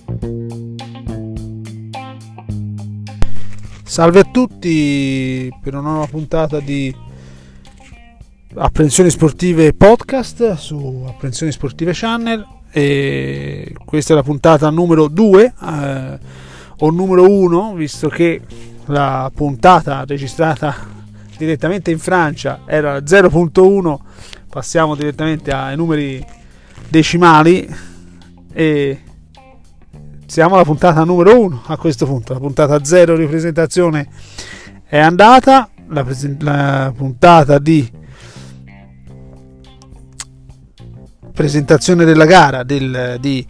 Salve a tutti per una nuova puntata di Apprensioni Sportive Podcast su Apprensioni Sportive Channel, e questa è la puntata numero 2 o numero 1, visto che la puntata registrata direttamente in Francia era 0.1, passiamo direttamente ai numeri decimali e siamo alla puntata numero 1 a questo punto. La puntata 0 di presentazione è andata, la puntata di presentazione della gara di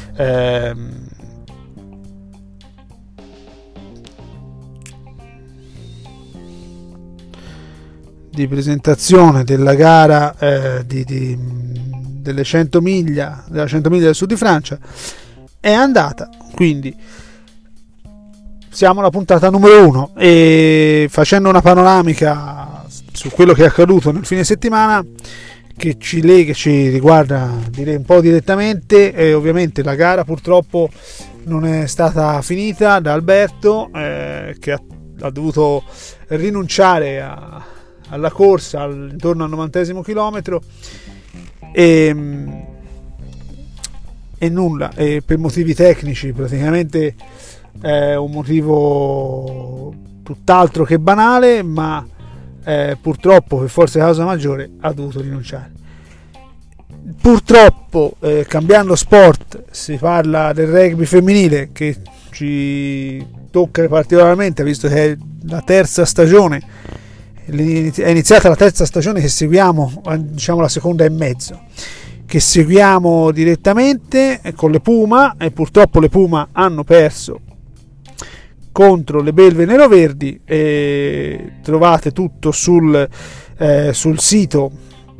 presentazione della gara delle 100 miglia della 100 miglia del sud di Francia è andata, quindi siamo alla puntata numero 1 e facendo una panoramica su quello che è accaduto nel fine settimana che ci riguarda, direi un po' direttamente. E ovviamente la gara purtroppo non è stata finita da Alberto, che ha dovuto rinunciare alla corsa intorno al 90° chilometro e nulla, e per motivi tecnici praticamente è un motivo tutt'altro che banale, ma purtroppo per forza di causa maggiore ha dovuto rinunciare. Purtroppo cambiando sport, si parla del rugby femminile, che ci tocca particolarmente visto che è la terza stagione, è iniziata la terza stagione che seguiamo, diciamo la seconda e mezzo che seguiamo direttamente con le Puma, e purtroppo le Puma hanno perso contro le Belve Neroverdi. E trovate tutto sul sito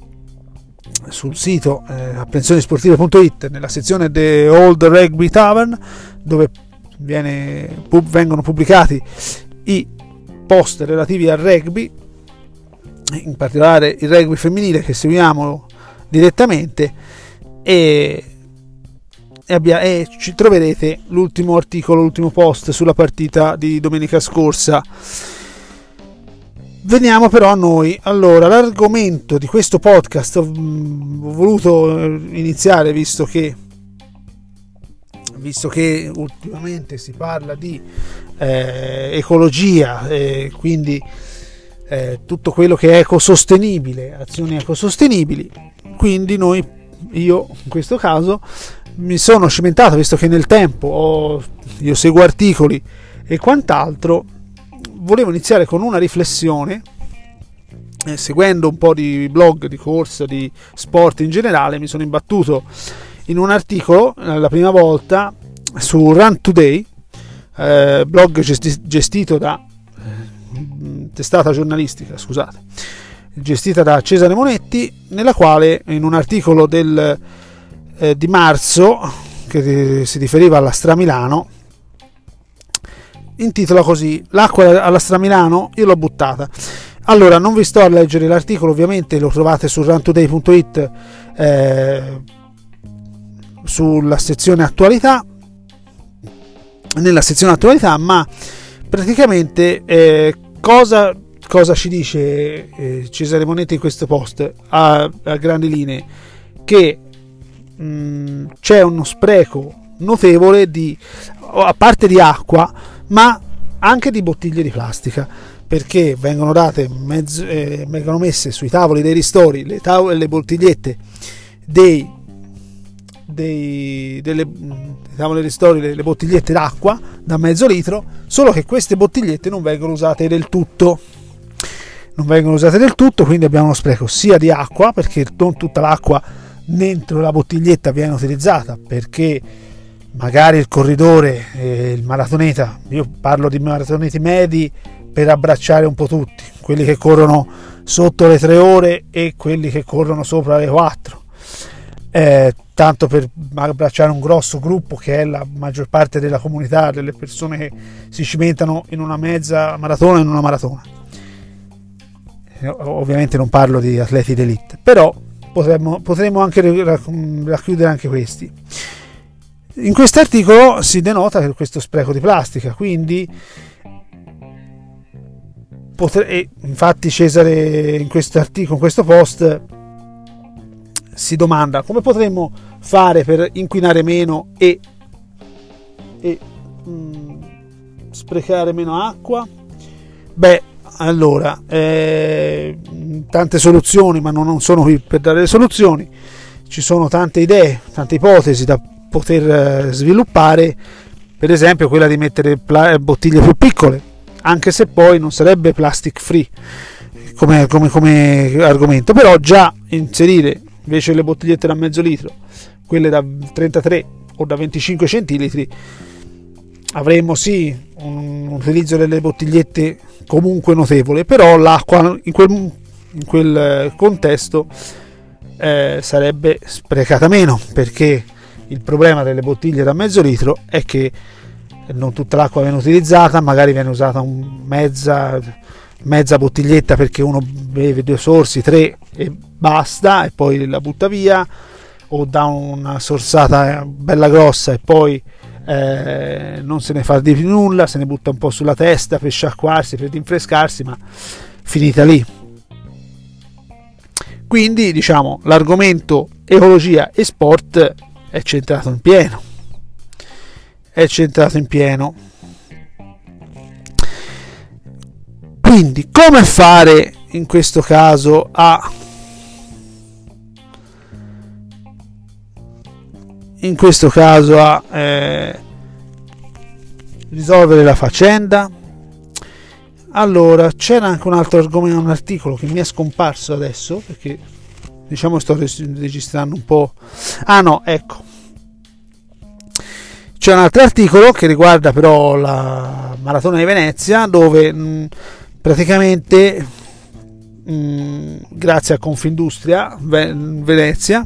apprensionisportive.it nella sezione The Old Rugby Tavern, dove vengono pubblicati i post relativi al rugby, in particolare il rugby femminile che seguiamo direttamente, e ci troverete l'ultimo articolo, l'ultimo post sulla partita di domenica scorsa. Veniamo però a noi. Allora, l'argomento di questo podcast ho voluto iniziare visto che ultimamente si parla di ecologia, quindi tutto quello che è ecosostenibile, azioni ecosostenibili. Quindi io in questo caso mi sono cimentato, visto che nel tempo io seguo articoli e quant'altro, volevo iniziare con una riflessione, seguendo un po' di blog di corsa, di sport in generale. Mi sono imbattuto in un articolo la prima volta su Run Today, blog gestito da testata giornalistica, gestita da Cesare Monetti, nella quale in un articolo di marzo che si riferiva alla Stramilano intitola così: l'acqua alla Stramilano io l'ho buttata. Allora, non vi sto a leggere l'articolo, ovviamente lo trovate su runtoday.it sulla sezione attualità, ma praticamente cosa ci dice Cesare Monetti in questo post a grandi linee? Che c'è uno spreco notevole a parte di acqua, ma anche di bottiglie di plastica, perché vengono messe sui tavoli dei ristori le bottigliette delle tavole ristori, le bottigliette d'acqua da mezzo litro, solo che queste bottigliette non vengono usate del tutto, quindi abbiamo uno spreco sia di acqua, perché non tutta l'acqua dentro la bottiglietta viene utilizzata, perché magari il corridore, il maratoneta, io parlo di maratoneti medi per abbracciare un po' tutti, quelli che corrono sotto le 3 ore e quelli che corrono sopra le 4, tanto per abbracciare un grosso gruppo che è la maggior parte della comunità, delle persone che si cimentano in una mezza maratona e in una maratona. Ovviamente non parlo di atleti d'elite, però potremmo anche racchiudere anche questi. In questo articolo si denota questo spreco di plastica, quindi infatti Cesare in questo articolo, in questo post, si domanda come potremmo fare per inquinare meno e sprecare meno acqua. Beh, allora, tante soluzioni, ma non sono qui per dare le soluzioni. Ci sono tante idee, tante ipotesi da poter sviluppare, per esempio quella di mettere bottiglie più piccole, anche se poi non sarebbe plastic free come argomento, però già inserire invece le bottigliette da mezzo litro, quelle da 33 o da 25 centilitri, avremmo sì un utilizzo delle bottigliette comunque notevole, però l'acqua in quel contesto sarebbe sprecata meno, perché il problema delle bottiglie da mezzo litro è che non tutta l'acqua viene utilizzata, magari viene usata mezza bottiglietta perché uno beve 2 sorsi, 3 e basta, e poi la butta via, o dà una sorsata bella grossa e poi non se ne fa di più nulla, se ne butta un po' sulla testa per sciacquarsi, per rinfrescarsi, ma finita lì. Quindi diciamo l'argomento ecologia e sport è centrato in pieno. Quindi come fare in questo caso a risolvere la faccenda? Allora, c'era anche un altro argomento, un articolo che mi è scomparso adesso, perché diciamo sto registrando un po'. Ecco, c'è un altro articolo che riguarda però la Maratona di Venezia, dove praticamente grazie a Confindustria Venezia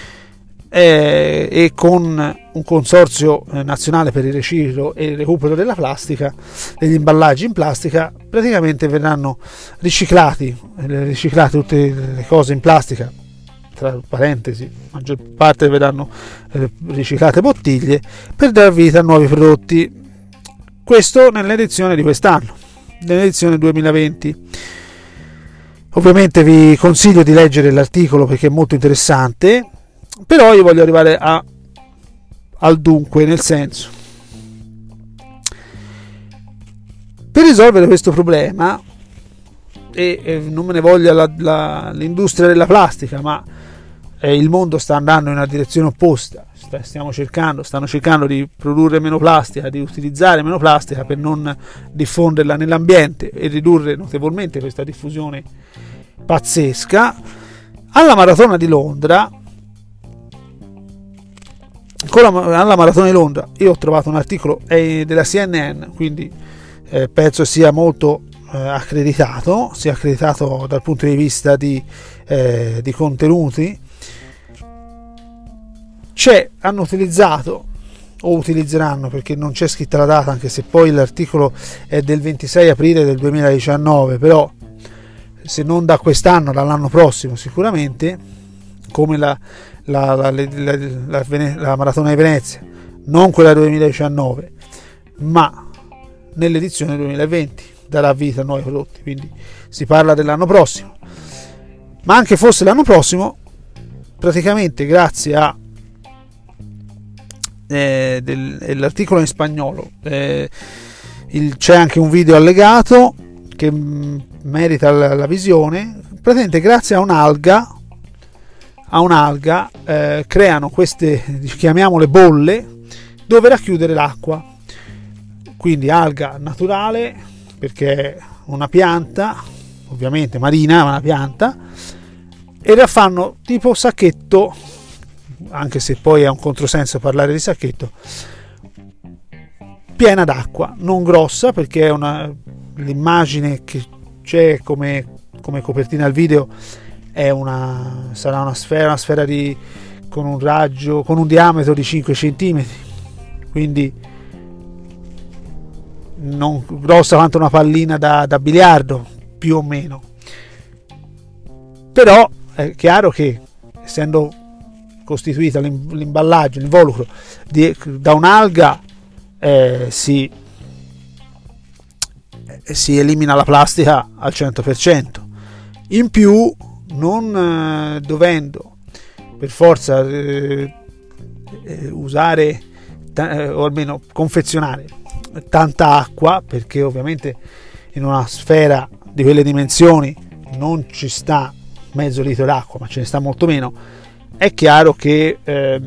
e con un consorzio nazionale per il riciclo e il recupero della plastica, degli imballaggi in plastica, praticamente verranno riciclate tutte le cose in plastica, tra parentesi, la maggior parte verranno riciclate bottiglie, per dar vita a nuovi prodotti. Questo nell'edizione di quest'anno, nell'edizione 2020. Ovviamente vi consiglio di leggere l'articolo perché è molto interessante, però io voglio arrivare al dunque, nel senso, per risolvere questo problema, e non me ne voglia l'industria della plastica, ma il mondo sta andando in una direzione opposta, stanno cercando di produrre meno plastica, di utilizzare meno plastica per non diffonderla nell'ambiente e ridurre notevolmente questa diffusione pazzesca. Alla Maratona di Londra io ho trovato un articolo della CNN, quindi penso sia molto accreditato, sia accreditato dal punto di vista di contenuti. Hanno utilizzato o utilizzeranno, perché non c'è scritta la data, anche se poi l'articolo è del 26 aprile del 2019, però se non da quest'anno, dall'anno prossimo sicuramente, come la Maratona di Venezia, non quella 2019 ma nell'edizione 2020 darà vita a nuovi prodotti, quindi si parla dell'anno prossimo. Ma anche fosse l'anno prossimo, praticamente grazie a l'articolo in spagnolo, c'è anche un video allegato che merita la visione. Praticamente grazie a un'alga creano queste, chiamiamole, bolle dove racchiudere l'acqua. Quindi alga naturale, perché è una pianta, ovviamente marina, ma una pianta, e la fanno tipo sacchetto, anche se poi è un controsenso parlare di sacchetto, piena d'acqua, non grossa, perché è l'immagine che c'è come copertina al video sarà una sfera con un raggio, con un diametro di 5 cm, quindi non grossa quanto una pallina da biliardo, più o meno. Però è chiaro che, essendo costituita l'imballaggio, l'involucro da un'alga, si elimina la plastica al 100%. In più, non dovendo per forza usare o almeno confezionare tanta acqua, perché ovviamente in una sfera di quelle dimensioni non ci sta mezzo litro d'acqua, ma ce ne sta molto meno, è chiaro che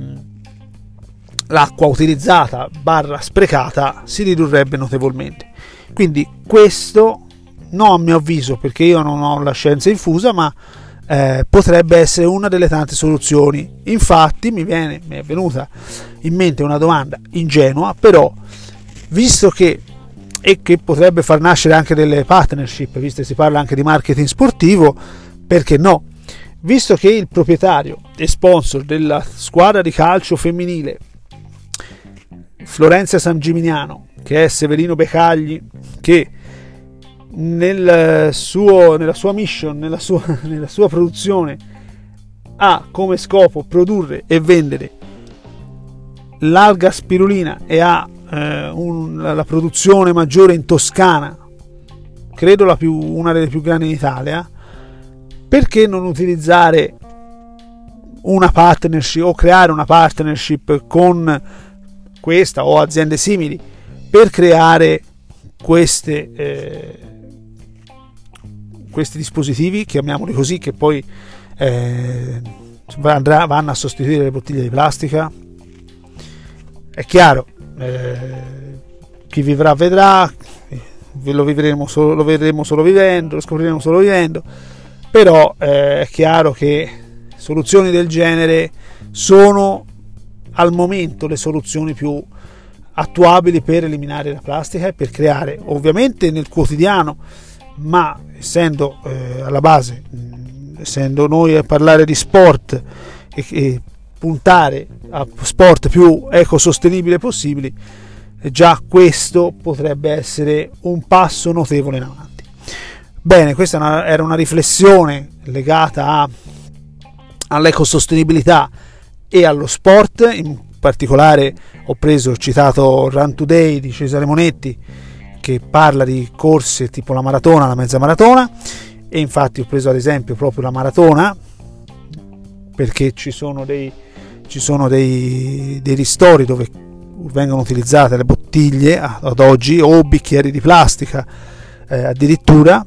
l'acqua utilizzata / sprecata si ridurrebbe notevolmente. Quindi questo, no a mio avviso, perché io non ho la scienza infusa, ma potrebbe essere una delle tante soluzioni. Infatti mi è venuta in mente una domanda ingenua, però visto che potrebbe far nascere anche delle partnership, visto che si parla anche di marketing sportivo, perché no? Visto che il proprietario e sponsor della squadra di calcio femminile Florenza San Gimignano, che è Severino Becagli, che nella sua mission, nella sua produzione ha come scopo produrre e vendere l'alga spirulina e ha la produzione maggiore in Toscana, credo una delle più grandi in Italia, perché non utilizzare una partnership o creare una partnership con questa o aziende simili per creare questi dispositivi, chiamiamoli così, che poi vanno a sostituire le bottiglie di plastica. È chiaro, chi vivrà vedrà, lo vedremo solo vivendo, lo scopriremo solo vivendo, però è chiaro che soluzioni del genere sono al momento le soluzioni più attuabili per eliminare la plastica e per creare, ovviamente nel quotidiano, ma essendo alla base, essendo noi a parlare di sport e puntare a sport più ecosostenibili possibili, già questo potrebbe essere un passo notevole in avanti. Bene, questa era una riflessione legata all'ecosostenibilità e allo sport. In particolare ho citato Run Today di Cesare Monetti, che parla di corse tipo la maratona, la mezza maratona, e infatti ho preso ad esempio proprio la maratona, perché ci sono dei ristori dove vengono utilizzate le bottiglie ad oggi, o bicchieri di plastica addirittura.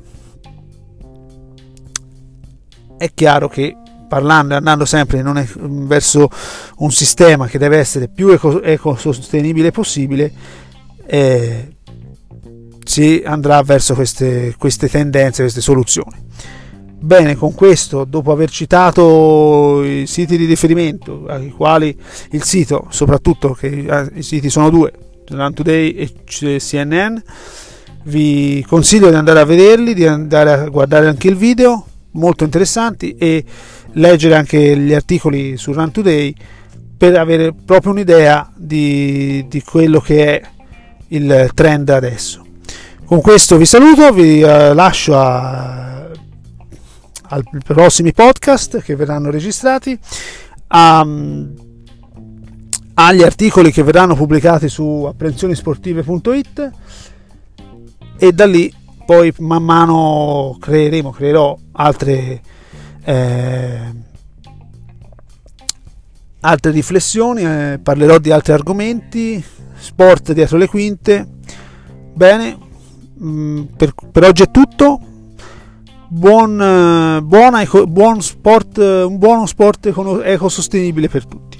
È chiaro che parlando e andando sempre verso un sistema che deve essere più ecosostenibile possibile, si andrà verso queste tendenze, queste soluzioni. Bene, con questo, dopo aver citato i siti di riferimento, ai quali il sito, soprattutto che i siti sono due, Run Today e CNN, vi consiglio di andare a vederli, di andare a guardare anche il video, molto interessanti, e leggere anche gli articoli su Run Today per avere proprio un'idea di quello che è il trend adesso. Con questo vi saluto, vi lascio ai prossimi podcast che verranno registrati, agli articoli che verranno pubblicati su apprensionisportive.it, e da lì poi man mano creerò altre riflessioni, parlerò di altri argomenti, sport dietro le quinte. Bene, per oggi è tutto. Un buono sport ecosostenibile per tutti.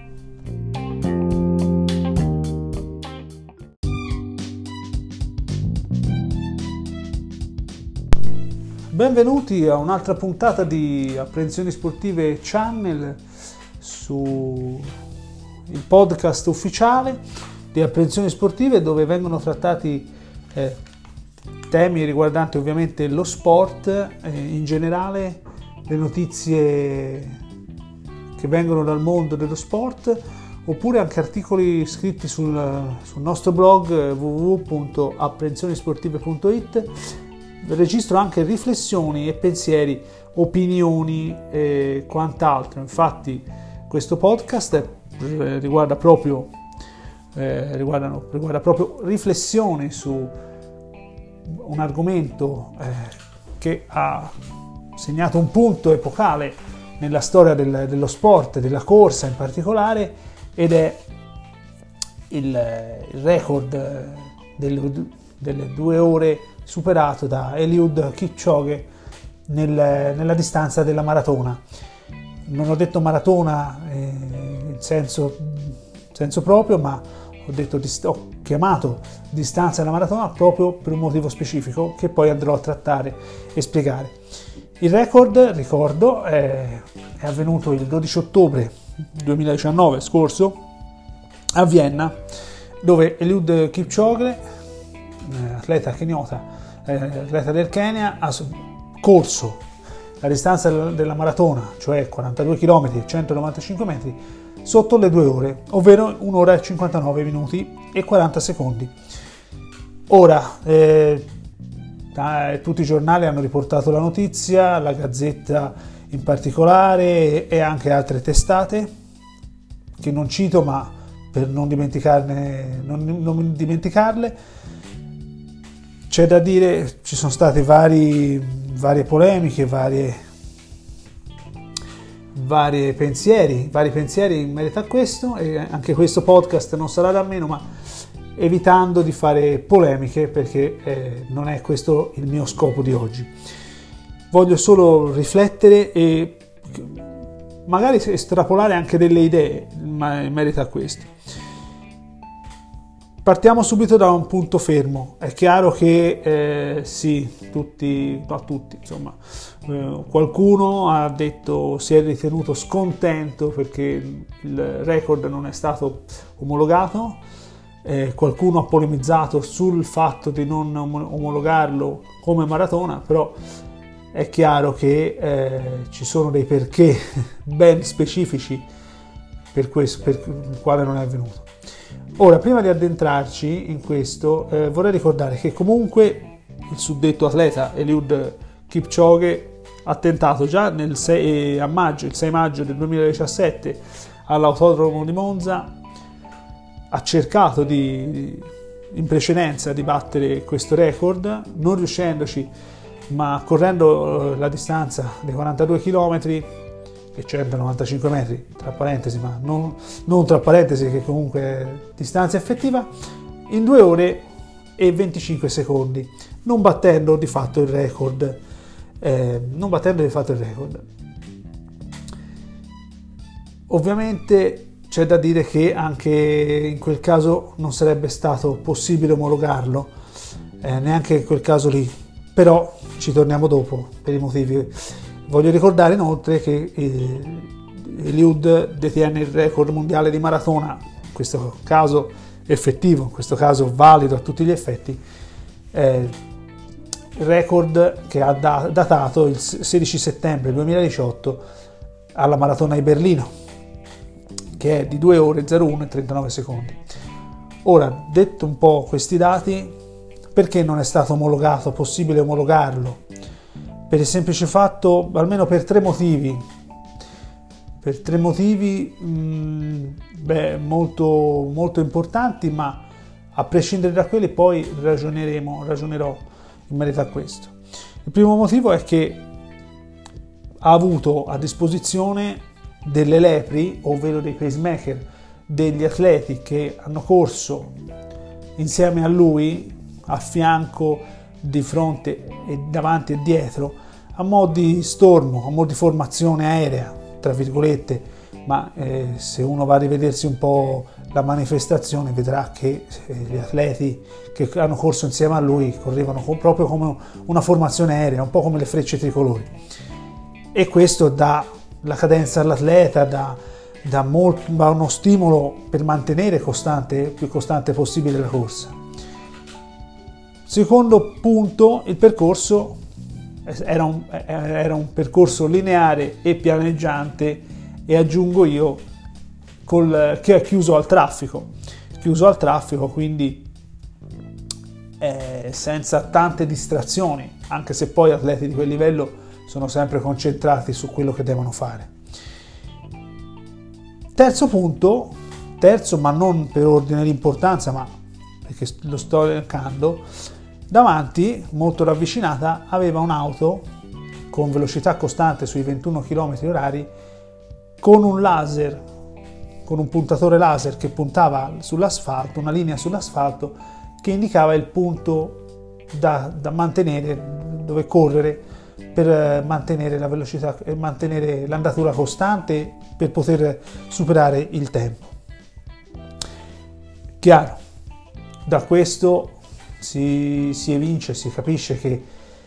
Benvenuti a un'altra puntata di Apprensioni Sportive Channel, su il podcast ufficiale di Apprensioni Sportive, dove vengono trattati temi riguardanti ovviamente lo sport, in generale le notizie che vengono dal mondo dello sport, oppure anche articoli scritti sul nostro blog www.apprensionisportive.it. Registro anche riflessioni e pensieri, opinioni e quant'altro. Infatti questo podcast riguarda proprio riflessioni su un argomento che ha segnato un punto epocale nella storia dello sport, della corsa in particolare, ed è il record delle 2 ore superato da Eliud Kipchoge nella distanza della maratona. Non ho detto maratona in senso proprio, ma ho chiamato distanza della maratona proprio per un motivo specifico che poi andrò a trattare e spiegare. Il record, ricordo, è avvenuto il 12 ottobre 2019 scorso a Vienna, dove Eliud Kipchoge, atleta keniota, atleta del Kenya, ha corso la distanza della maratona, cioè 42 km e 195 metri, sotto le 2 ore, ovvero 1 ora e 59 minuti e 40 secondi. Ora, tutti i giornali hanno riportato la notizia, la Gazzetta in particolare e anche altre testate, che non cito ma per non dimenticarle. C'è da dire, ci sono state varie polemiche, vari pensieri in merito a questo, e anche questo podcast non sarà da meno, ma evitando di fare polemiche, perché non è questo il mio scopo di oggi. Voglio solo riflettere e magari estrapolare anche delle idee in merito a questo. Partiamo subito da un punto fermo. È chiaro che qualcuno ha detto, si è ritenuto scontento perché il record non è stato omologato, qualcuno ha polemizzato sul fatto di non omologarlo come maratona, però è chiaro che ci sono dei perché ben specifici per il quale non è avvenuto. Ora, prima di addentrarci in questo, vorrei ricordare che comunque il suddetto atleta Eliud Kipchoge ha tentato già il 6 maggio del 2017 all'autodromo di Monza, ha cercato in precedenza di battere questo record, non riuscendoci, ma correndo la distanza dei 42 km e 195 metri, tra parentesi, ma non tra parentesi, che comunque è distanza effettiva, in 2 ore e 25 secondi, non battendo di fatto il record. Ovviamente c'è da dire che anche in quel caso non sarebbe stato possibile omologarlo, neanche in quel caso lì, però ci torniamo dopo per i motivi. Voglio ricordare inoltre che Eliud detiene il record mondiale di maratona, in questo caso effettivo, in questo caso valido a tutti gli effetti, il record che ha datato il 16 settembre 2018 alla maratona di Berlino, che è di 2 ore 01 e 39 secondi. Ora, detto un po' questi dati, perché non è stato possibile omologarlo? Per il semplice fatto, almeno per 3 motivi. Per 3 motivi molto, molto importanti, ma a prescindere da quelli poi ragionerò in merito a questo. Il primo motivo è che ha avuto a disposizione delle lepri, ovvero dei pacemaker, degli atleti che hanno corso insieme a lui, a fianco, di fronte e davanti e dietro, a mo' di stormo, a mo' di formazione aerea, tra virgolette, ma se uno va a rivedersi un po' la manifestazione vedrà che gli atleti che hanno corso insieme a lui correvano proprio come una formazione aerea, un po' come le frecce tricolori, e questo dà la cadenza all'atleta, dà uno stimolo per mantenere il più costante possibile la corsa. Secondo punto, il percorso era un percorso lineare e pianeggiante, e aggiungo io che è chiuso al traffico, quindi senza tante distrazioni, anche se poi atleti di quel livello sono sempre concentrati su quello che devono fare. Terzo punto, terzo ma non per ordine di importanza, ma perché lo sto elencando, davanti, molto ravvicinata, aveva un'auto con velocità costante sui 21 km/h con un laser, con un puntatore laser che puntava sull'asfalto, una linea sull'asfalto che indicava il punto da mantenere, dove correre per mantenere la velocità e mantenere l'andatura costante per poter superare il tempo. Chiaro, da questo si evince, si capisce che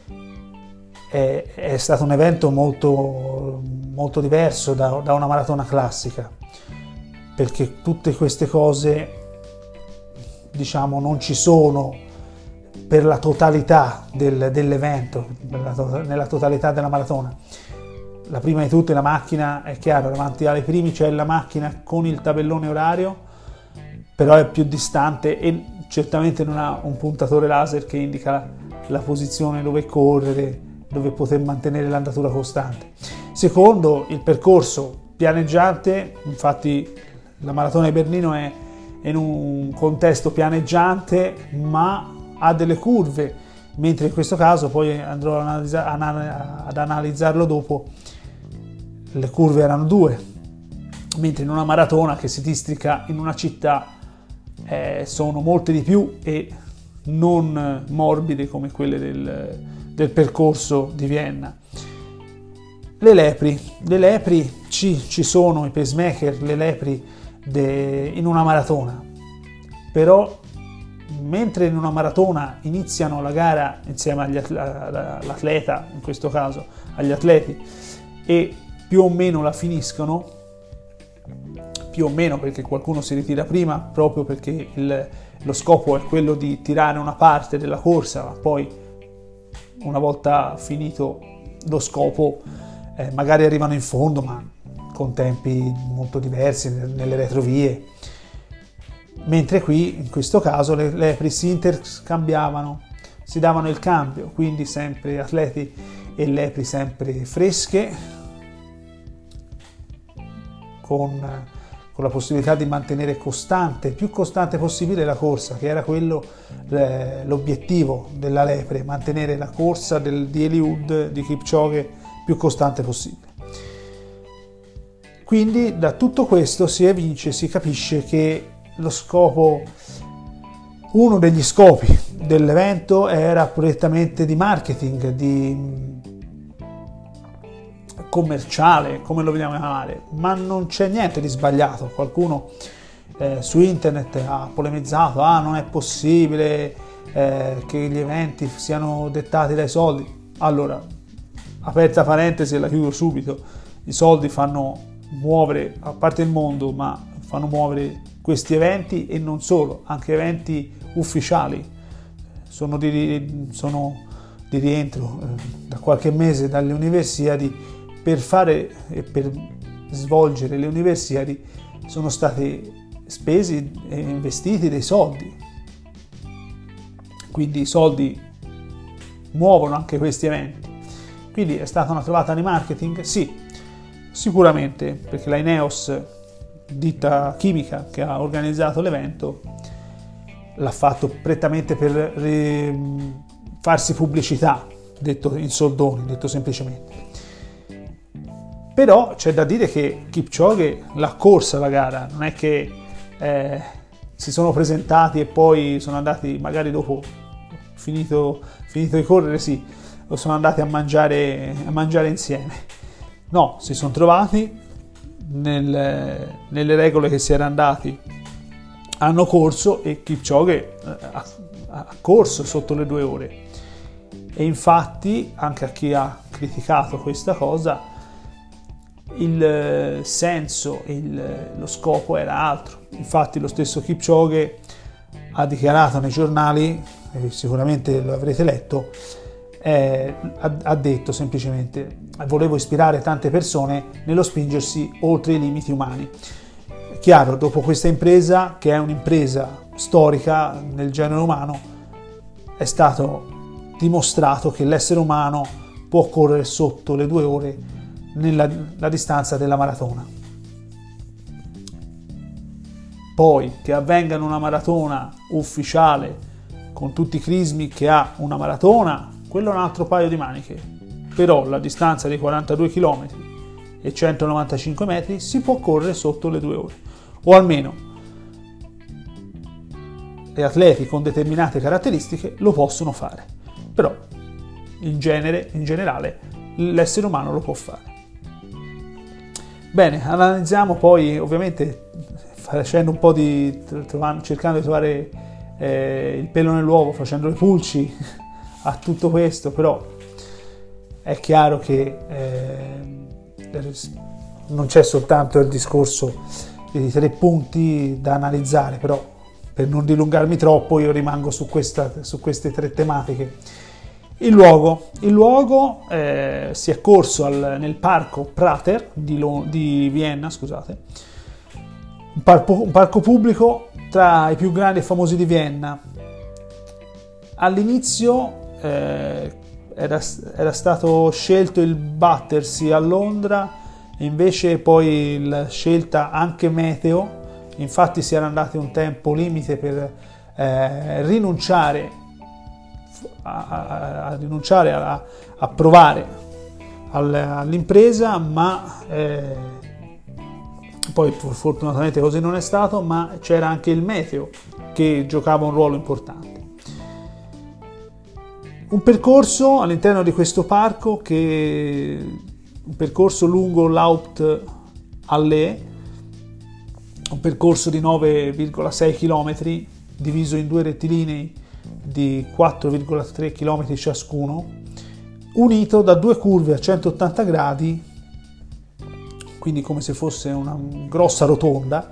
è stato un evento molto, molto diverso da una maratona classica, perché tutte queste cose, diciamo, non ci sono per la totalità dell'evento, nella totalità della maratona. La prima di tutte, la macchina, è chiaro, davanti alle primi c'è la macchina con il tabellone orario, però è più distante e certamente non ha un puntatore laser che indica la posizione dove correre, dove poter mantenere l'andatura costante. Secondo, il percorso pianeggiante, infatti la maratona di Berlino è in un contesto pianeggiante ma ha delle curve, mentre in questo caso, poi andrò ad analizzarlo dopo, le curve erano 2, mentre in una maratona che si districa in una città sono molte di più e non morbide come quelle del percorso di Vienna. Le lepri ci sono, i pacemaker, le lepri in una maratona, però mentre in una maratona iniziano la gara insieme all'atleta, in questo caso agli atleti, e più o meno la finiscono, più o meno perché qualcuno si ritira prima proprio perché lo scopo è quello di tirare una parte della corsa, ma poi una volta finito lo scopo magari arrivano in fondo ma con tempi molto diversi nelle retrovie, mentre qui in questo caso le lepri si interscambiavano, si davano il cambio, quindi sempre atleti e lepri sempre fresche, con la possibilità di mantenere costante, più costante possibile la corsa, che era quello l'obiettivo della lepre, mantenere la corsa di Eliud, di Kipchoge, più costante possibile. Quindi da tutto questo si evince, si capisce che lo scopo, uno degli scopi dell'evento era prettamente di marketing, di commerciale, come lo vogliamo chiamare, ma non c'è niente di sbagliato. Qualcuno su internet ha polemizzato, non è possibile che gli eventi siano dettati dai soldi. Allora, aperta parentesi e la chiudo subito, i soldi fanno muovere, a parte il mondo, ma fanno muovere questi eventi e non solo, anche eventi ufficiali sono di rientro da qualche mese dalle Universiadi. Per fare e per svolgere le Universiadi sono stati spesi e investiti dei soldi, quindi i soldi muovono anche questi eventi. Quindi è stata una trovata di marketing? Sì, sicuramente, perché la Ineos, ditta chimica che ha organizzato l'evento, l'ha fatto prettamente per farsi pubblicità, detto in soldoni, detto semplicemente. Però c'è da dire che Kipchoge l'ha corsa la gara, non è che si sono presentati e poi sono andati, magari dopo finito di correre, sì, o sono andati a mangiare insieme. No, si sono trovati nelle regole che si era andati, hanno corso e Kipchoge ha corso sotto le 2 ore. E infatti, anche a chi ha criticato questa cosa, il senso e lo scopo era altro. Infatti lo stesso Kipchoge ha dichiarato nei giornali, sicuramente lo avrete letto, ha detto semplicemente: volevo ispirare tante persone nello spingersi oltre i limiti umani. Chiaro, dopo questa impresa, che è un'impresa storica nel genere umano, è stato dimostrato che l'essere umano può correre sotto le 2 ore nella distanza della maratona. Poi che avvenga in una maratona ufficiale con tutti i crismi che ha una maratona, quello è un altro paio di maniche. Però la distanza di 42 km e 195 metri si può correre sotto le 2 ore, o almeno gli atleti con determinate caratteristiche lo possono fare, però in generale l'essere umano lo può fare. Bene, analizziamo poi, ovviamente facendo un po' cercando di trovare il pelo nell'uovo, facendo le pulci a tutto questo, però è chiaro che non c'è soltanto il discorso di 3 punti da analizzare, però per non dilungarmi troppo io rimango su queste 3 tematiche. Il luogo si è corso nel parco Prater di Vienna, scusate, un parco pubblico tra i più grandi e famosi di Vienna. All'inizio era stato scelto il battersi a Londra, invece poi la scelta anche meteo, infatti si era andati un tempo limite per rinunciare a provare all'impresa, ma poi fortunatamente così non è stato, ma c'era anche il meteo che giocava un ruolo importante. Un percorso all'interno di questo parco, un percorso lungo l'Hauptallee, un percorso di 9,6 km diviso in 2 rettilinei di 4,3 km ciascuno, unito da 2 curve a 180 gradi, quindi come se fosse una grossa rotonda,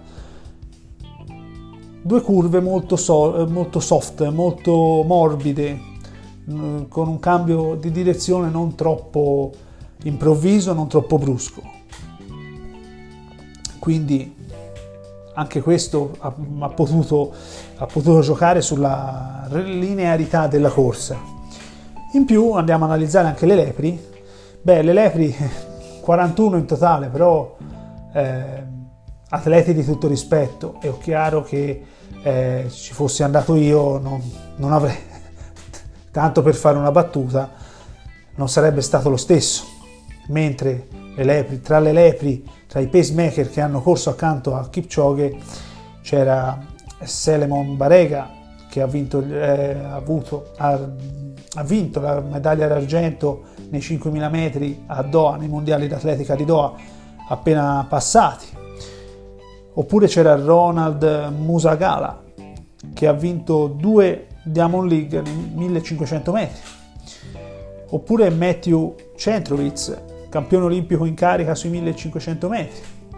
2 curve molto soft, molto morbide, con un cambio di direzione non troppo improvviso, non troppo brusco. Quindi anche questo ha potuto giocare sulla linearità della corsa. In più andiamo a analizzare anche le lepri. Le lepri 41 in totale, però atleti di tutto rispetto. È chiaro che ci fossi andato io non avrei, tanto per fare una battuta, non sarebbe stato lo stesso. Mentre tra i pacemaker che hanno corso accanto a Kipchoge c'era Selemon Barega, che ha vinto la medaglia d'argento nei 5.000 metri a Doha, nei mondiali d'atletica di Doha appena passati. Oppure c'era Ronald Musagala, che ha vinto 2 Diamond League nei 1500 metri. Oppure Matthew Centrowitz, campione olimpico in carica sui 1500 metri.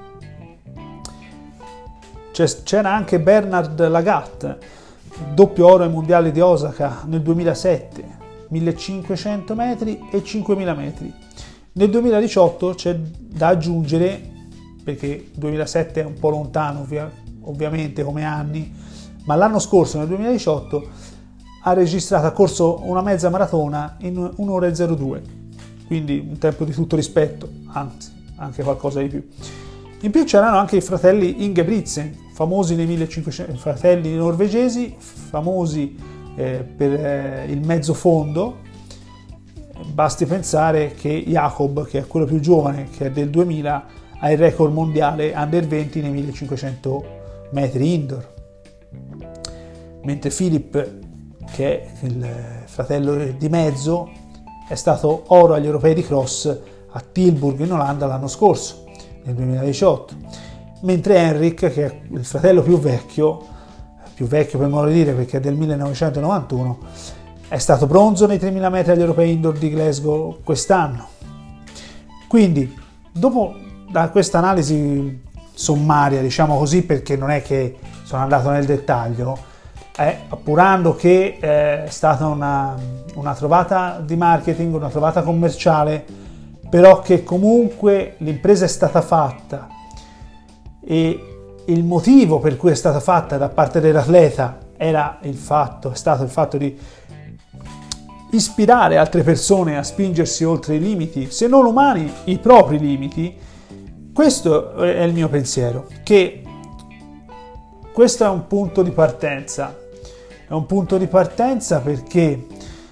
C'era anche Bernard Lagat, doppio oro ai mondiali di Osaka nel 2007, 1500 metri e 5000 metri. Nel 2018 c'è da aggiungere, perché il 2007 è un po' lontano ovviamente come anni, ma l'anno scorso, nel 2018, ha corso una mezza maratona in 1 ora e 02, quindi un tempo di tutto rispetto, anzi anche qualcosa di più. In più c'erano anche i fratelli Ingebrigtsen, famosi nei 1500, fratelli norvegesi, famosi per il mezzo fondo. Basti pensare che Jakob, che è quello più giovane, che è del 2000, ha il record mondiale under 20 nei 1500 metri indoor, mentre Philip, che è il fratello di mezzo, è stato oro agli europei di cross a Tilburg in Olanda l'anno scorso, nel 2018, mentre Henrik, che è il fratello più vecchio per modo di dire perché è del 1991, è stato bronzo nei 3000 metri agli europei indoor di Glasgow quest'anno. Quindi, dopo questa analisi sommaria, diciamo così, perché non è che sono andato nel dettaglio, appurando che è stata una trovata di marketing, una trovata commerciale, però che comunque l'impresa è stata fatta e il motivo per cui è stata fatta da parte dell'atleta è stato il fatto di ispirare altre persone a spingersi oltre i limiti, se non umani, i propri limiti. Questo è il mio pensiero, che questo è un punto di partenza. È un punto di partenza perché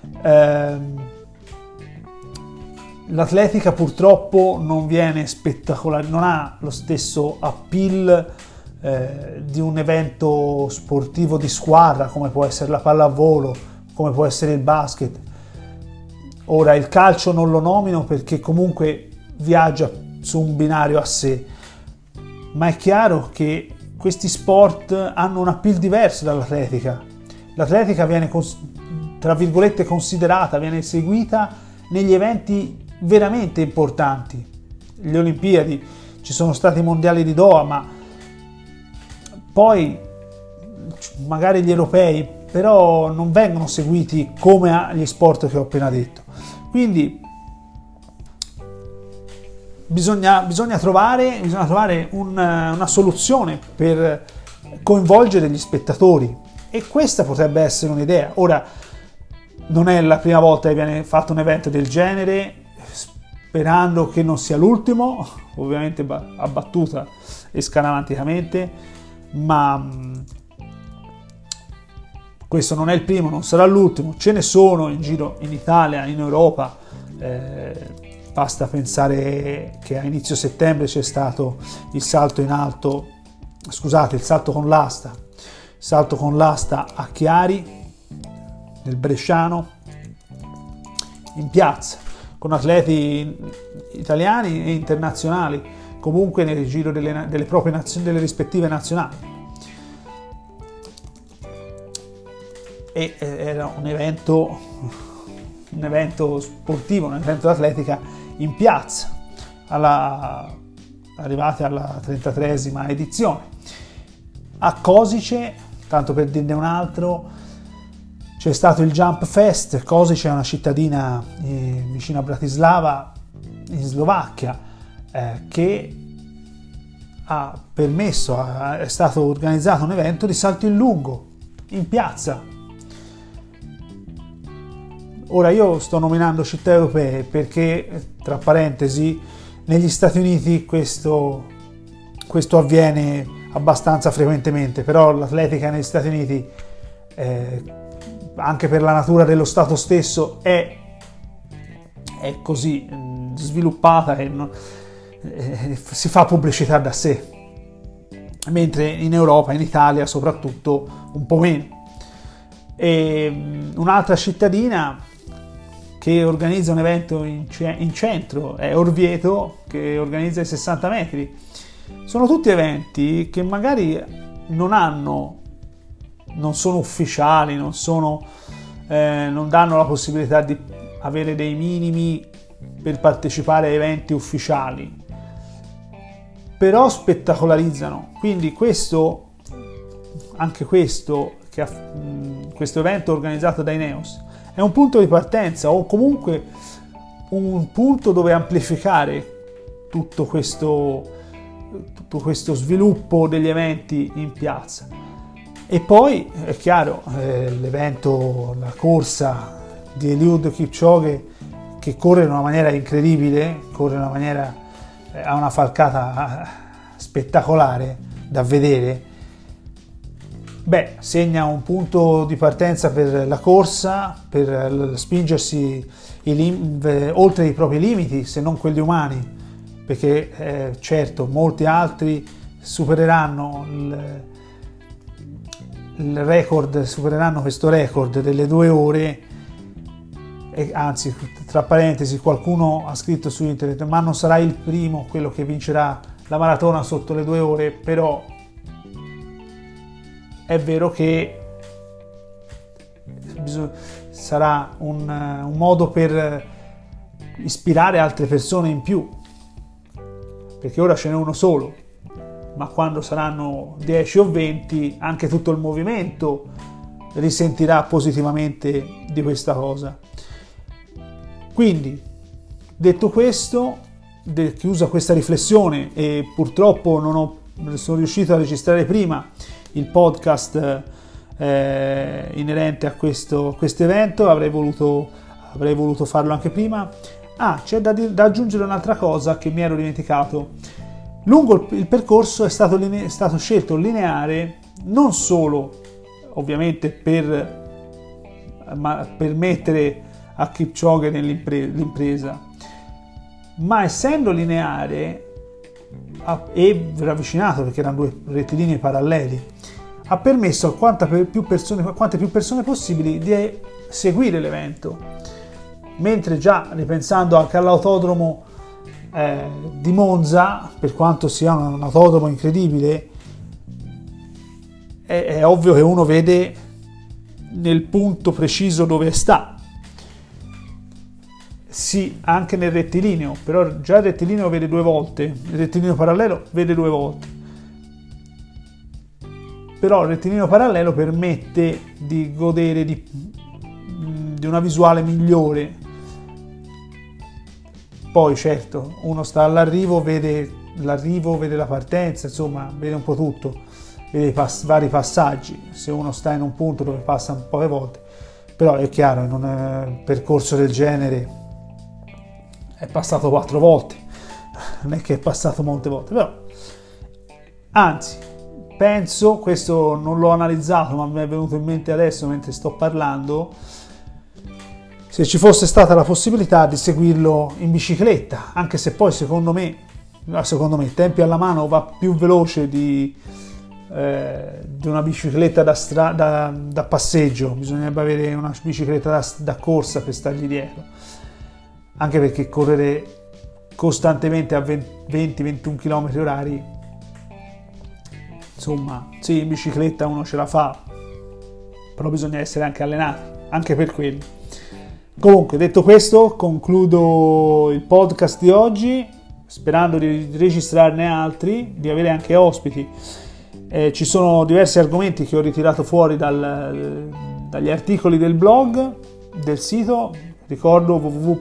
l'atletica purtroppo non viene spettacolare, non ha lo stesso appeal di un evento sportivo di squadra come può essere la pallavolo, come può essere il basket. Ora il calcio non lo nomino perché comunque viaggia su un binario a sé, ma è chiaro che questi sport hanno un appeal diverso dall'atletica. L'atletica viene tra virgolette considerata, viene seguita negli eventi veramente importanti. Le Olimpiadi, ci sono stati i mondiali di Doha, ma poi magari gli europei, però non vengono seguiti come gli sport che ho appena detto. Quindi bisogna trovare una soluzione per coinvolgere gli spettatori, e questa potrebbe essere un'idea. Ora, non è la prima volta che viene fatto un evento del genere, sperando che non sia l'ultimo, ovviamente abbattuta e scaramanticamente, ma questo non è il primo, non sarà l'ultimo. Ce ne sono in giro in Italia, in Europa. Basta pensare che a inizio settembre c'è stato il salto in alto, scusate, il salto con l'asta a Chiari, nel Bresciano, in piazza, con atleti italiani e internazionali, comunque nel giro delle proprie nazioni, delle rispettive nazionali. E era un evento sportivo, un evento d'atletica in piazza, arrivati alla 33esima edizione. A Košice, tanto per dirne un altro, c'è stato il Jump Fest. Košice è una cittadina vicino a Bratislava, in Slovacchia, che ha permesso, è stato organizzato un evento di salto in lungo, in piazza. Ora io sto nominando città europee perché, tra parentesi, negli Stati Uniti questo avviene abbastanza frequentemente, però l'atletica negli Stati Uniti, anche per la natura dello Stato stesso, è così sviluppata e si fa pubblicità da sé, mentre in Europa, in Italia soprattutto, un po' meno. E un'altra cittadina che organizza un evento in centro è Orvieto, che organizza i 60 metri. Sono tutti eventi che magari non sono ufficiali, non danno la possibilità di avere dei minimi per partecipare a eventi ufficiali, però spettacolarizzano. Quindi questo evento organizzato da Ineos è un punto di partenza, o comunque un punto dove amplificare tutto questo sviluppo degli eventi in piazza. E poi è chiaro, l'evento, la corsa di Eliud Kipchoge, che corre in una maniera incredibile, ha una falcata spettacolare da vedere. Segna un punto di partenza per la corsa, per spingersi oltre i propri limiti, se non quelli umani, perché certo molti altri supereranno questo record delle 2 ore, e anzi, tra parentesi, qualcuno ha scritto su internet: ma non sarà il primo quello che vincerà la maratona sotto le 2 ore. Però è vero che sarà un modo per ispirare altre persone in più, perché ora ce n'è uno solo, ma quando saranno 10 o 20 anche tutto il movimento risentirà positivamente di questa cosa. Quindi, detto questo, chiusa questa riflessione, e purtroppo non sono riuscito a registrare prima il podcast inerente a questo evento, avrei voluto farlo anche prima. C'è da aggiungere un'altra cosa che mi ero dimenticato. Lungo il percorso è stato scelto lineare non solo ovviamente per permettere a Kipchoge l'impresa, ma essendo lineare e ravvicinato, perché erano due rettilinei paralleli, ha permesso a quante più persone possibili di seguire l'evento, mentre già ripensando anche all'autodromo di Monza, per quanto sia un autodromo incredibile, è ovvio che uno vede nel punto preciso dove sta. Sì, anche nel rettilineo, però già il rettilineo vede 2 volte, il rettilineo parallelo vede 2 volte. Però il rettilineo parallelo permette di godere di una visuale migliore. Poi certo, uno sta all'arrivo, vede la partenza, insomma, vede un po' tutto, vede i vari passaggi, se uno sta in un punto dove passa poche volte. Però è chiaro, in un percorso del genere è passato 4 volte, non è che è passato molte volte, però anzi, penso, questo non l'ho analizzato ma mi è venuto in mente adesso mentre sto parlando, se ci fosse stata la possibilità di seguirlo in bicicletta, anche se poi secondo me tempi alla mano va più veloce di una bicicletta da passeggio, bisognerebbe avere una bicicletta da corsa per stargli dietro, anche perché correre costantemente a 20-21 km orari, insomma, sì, in bicicletta uno ce la fa, però bisogna essere anche allenati, anche per quello. Comunque, detto questo, concludo il podcast di oggi, sperando di registrarne altri, di avere anche ospiti. Ci sono diversi argomenti che ho ritirato fuori dagli articoli del blog, del sito, ricordo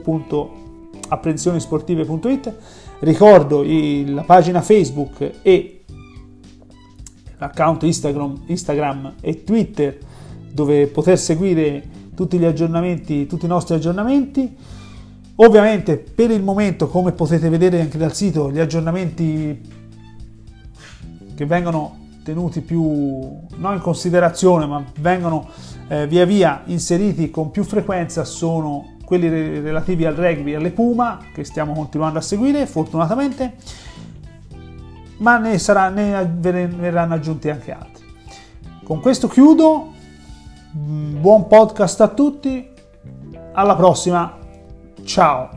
www.apprensionisportive.it, ricordo la pagina Facebook e l'account Instagram e Twitter, dove poter seguire tutti i nostri aggiornamenti. Ovviamente per il momento, come potete vedere anche dal sito, gli aggiornamenti che vengono tenuti più non in considerazione ma vengono via via inseriti con più frequenza sono quelli relativi al rugby e alle Puma, che stiamo continuando a seguire fortunatamente, ma ne verranno aggiunti anche altri. Con questo chiudo, buon podcast a tutti, alla prossima, ciao!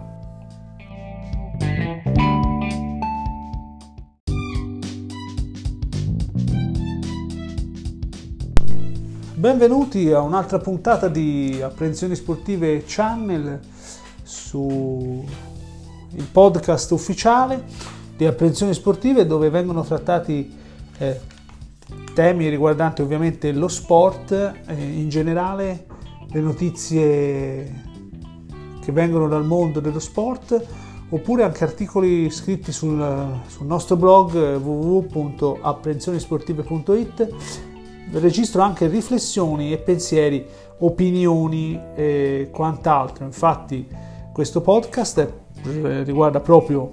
Benvenuti a un'altra puntata di Apprensioni Sportive Channel, su il podcast ufficiale di Apprensioni Sportive, dove vengono trattati temi riguardanti ovviamente lo sport, in generale le notizie che vengono dal mondo dello sport, oppure anche articoli scritti sul nostro blog www.apprensionisportive.it. Registro anche riflessioni e pensieri, opinioni e quant'altro. Infatti questo podcast riguarda proprio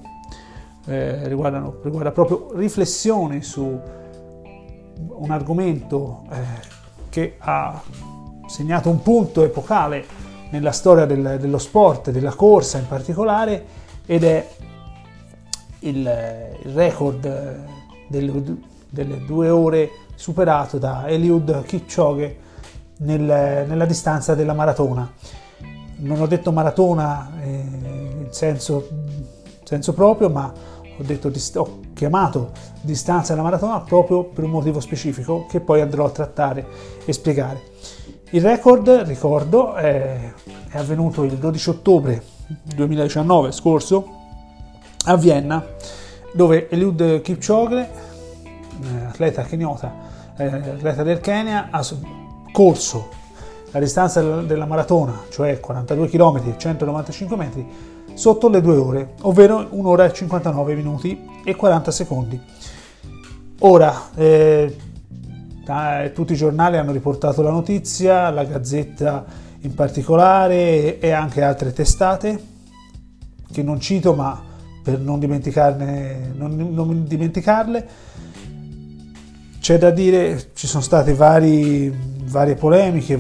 riflessioni su un argomento che ha segnato un punto epocale nella storia dello sport, della corsa in particolare, ed è il record delle 2 ore superato da Eliud Kipchoge nella distanza della maratona. Non ho detto maratona in senso proprio, ma ho chiamato distanza della maratona proprio per un motivo specifico che poi andrò a trattare e spiegare. Il record, ricordo, è avvenuto il 12 ottobre 2019 scorso a Vienna, dove Eliud Kipchoge, atleta del Kenya, ha corso la distanza della maratona, cioè 42 km e 195 metri, sotto le 2 ore, ovvero 1 ora e 59 minuti e 40 secondi. Ora, tutti i giornali hanno riportato la notizia, la Gazzetta in particolare e anche altre testate, che non cito ma per non dimenticarle. C'è da dire, ci sono state varie polemiche,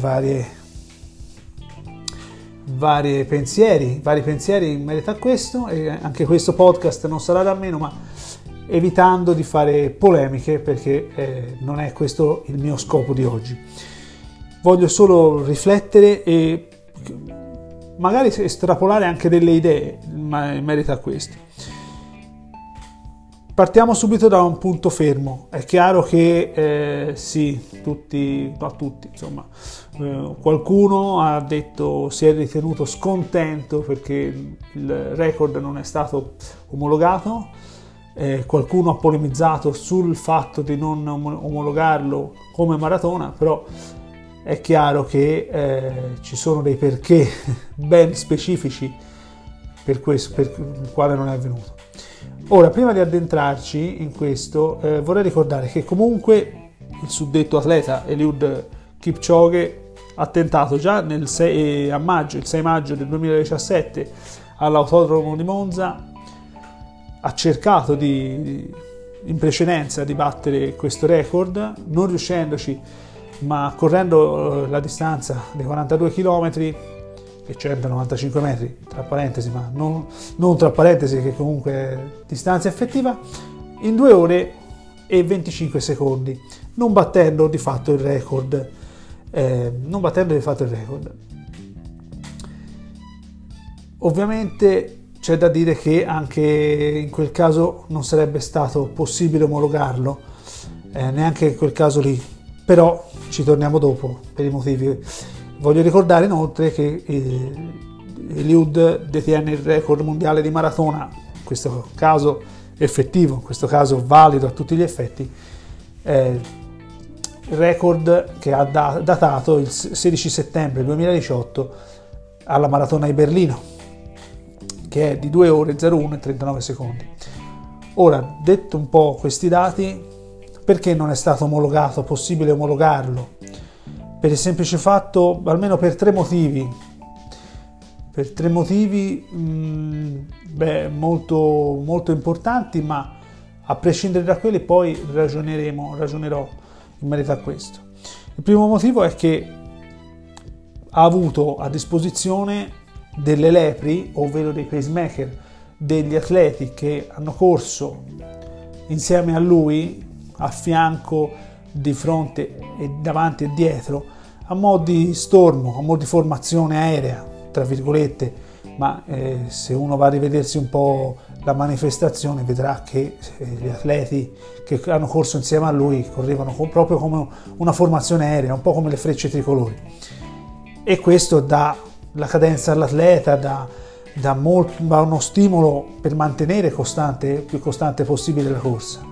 vari pensieri in merito a questo, e anche questo podcast non sarà da meno, ma evitando di fare polemiche, perché non è questo il mio scopo di oggi. Voglio solo riflettere e magari estrapolare anche delle idee in merito a questo. Partiamo subito da un punto fermo. È chiaro che sì, qualcuno ha detto, si è ritenuto scontento perché il record non è stato omologato, qualcuno ha polemizzato sul fatto di non omologarlo come maratona, però è chiaro che ci sono dei perché ben specifici per il quale non è avvenuto. Ora, prima di addentrarci in questo, vorrei ricordare che comunque il suddetto atleta Eliud Kipchoge ha tentato già il 6 maggio del 2017 all'autodromo di Monza, ha cercato in precedenza di battere questo record, non riuscendoci, ma correndo la distanza dei 42 km e 195 metri, tra parentesi, ma non tra parentesi, che comunque è distanza effettiva, in 2 ore e 25 secondi, non battendo di fatto il record. Ovviamente c'è da dire che anche in quel caso non sarebbe stato possibile omologarlo, neanche in quel caso lì, però ci torniamo dopo per i motivi. Voglio ricordare inoltre che Eliud detiene il record mondiale di maratona, in questo caso effettivo, in questo caso valido a tutti gli effetti, il record che ha datato il 16 settembre 2018 alla maratona di Berlino, che è di 2 ore 01 e 39 secondi. Ora, detto un po' questi dati, perché non è stato possibile omologarlo? Per il semplice fatto, almeno per tre motivi molto, molto importanti, ma a prescindere da quelli poi ragionerò in merito a questo. Il primo motivo è che ha avuto a disposizione delle lepri, ovvero dei pacemaker, degli atleti che hanno corso insieme a lui, a fianco, di fronte e davanti e dietro, a mo' di stormo, a mo' di formazione aerea, tra virgolette, ma se uno va a rivedersi un po' la manifestazione vedrà che gli atleti che hanno corso insieme a lui correvano proprio come una formazione aerea, un po' come le frecce tricolori, e questo dà la cadenza all'atleta, dà uno stimolo per mantenere il più costante possibile la corsa.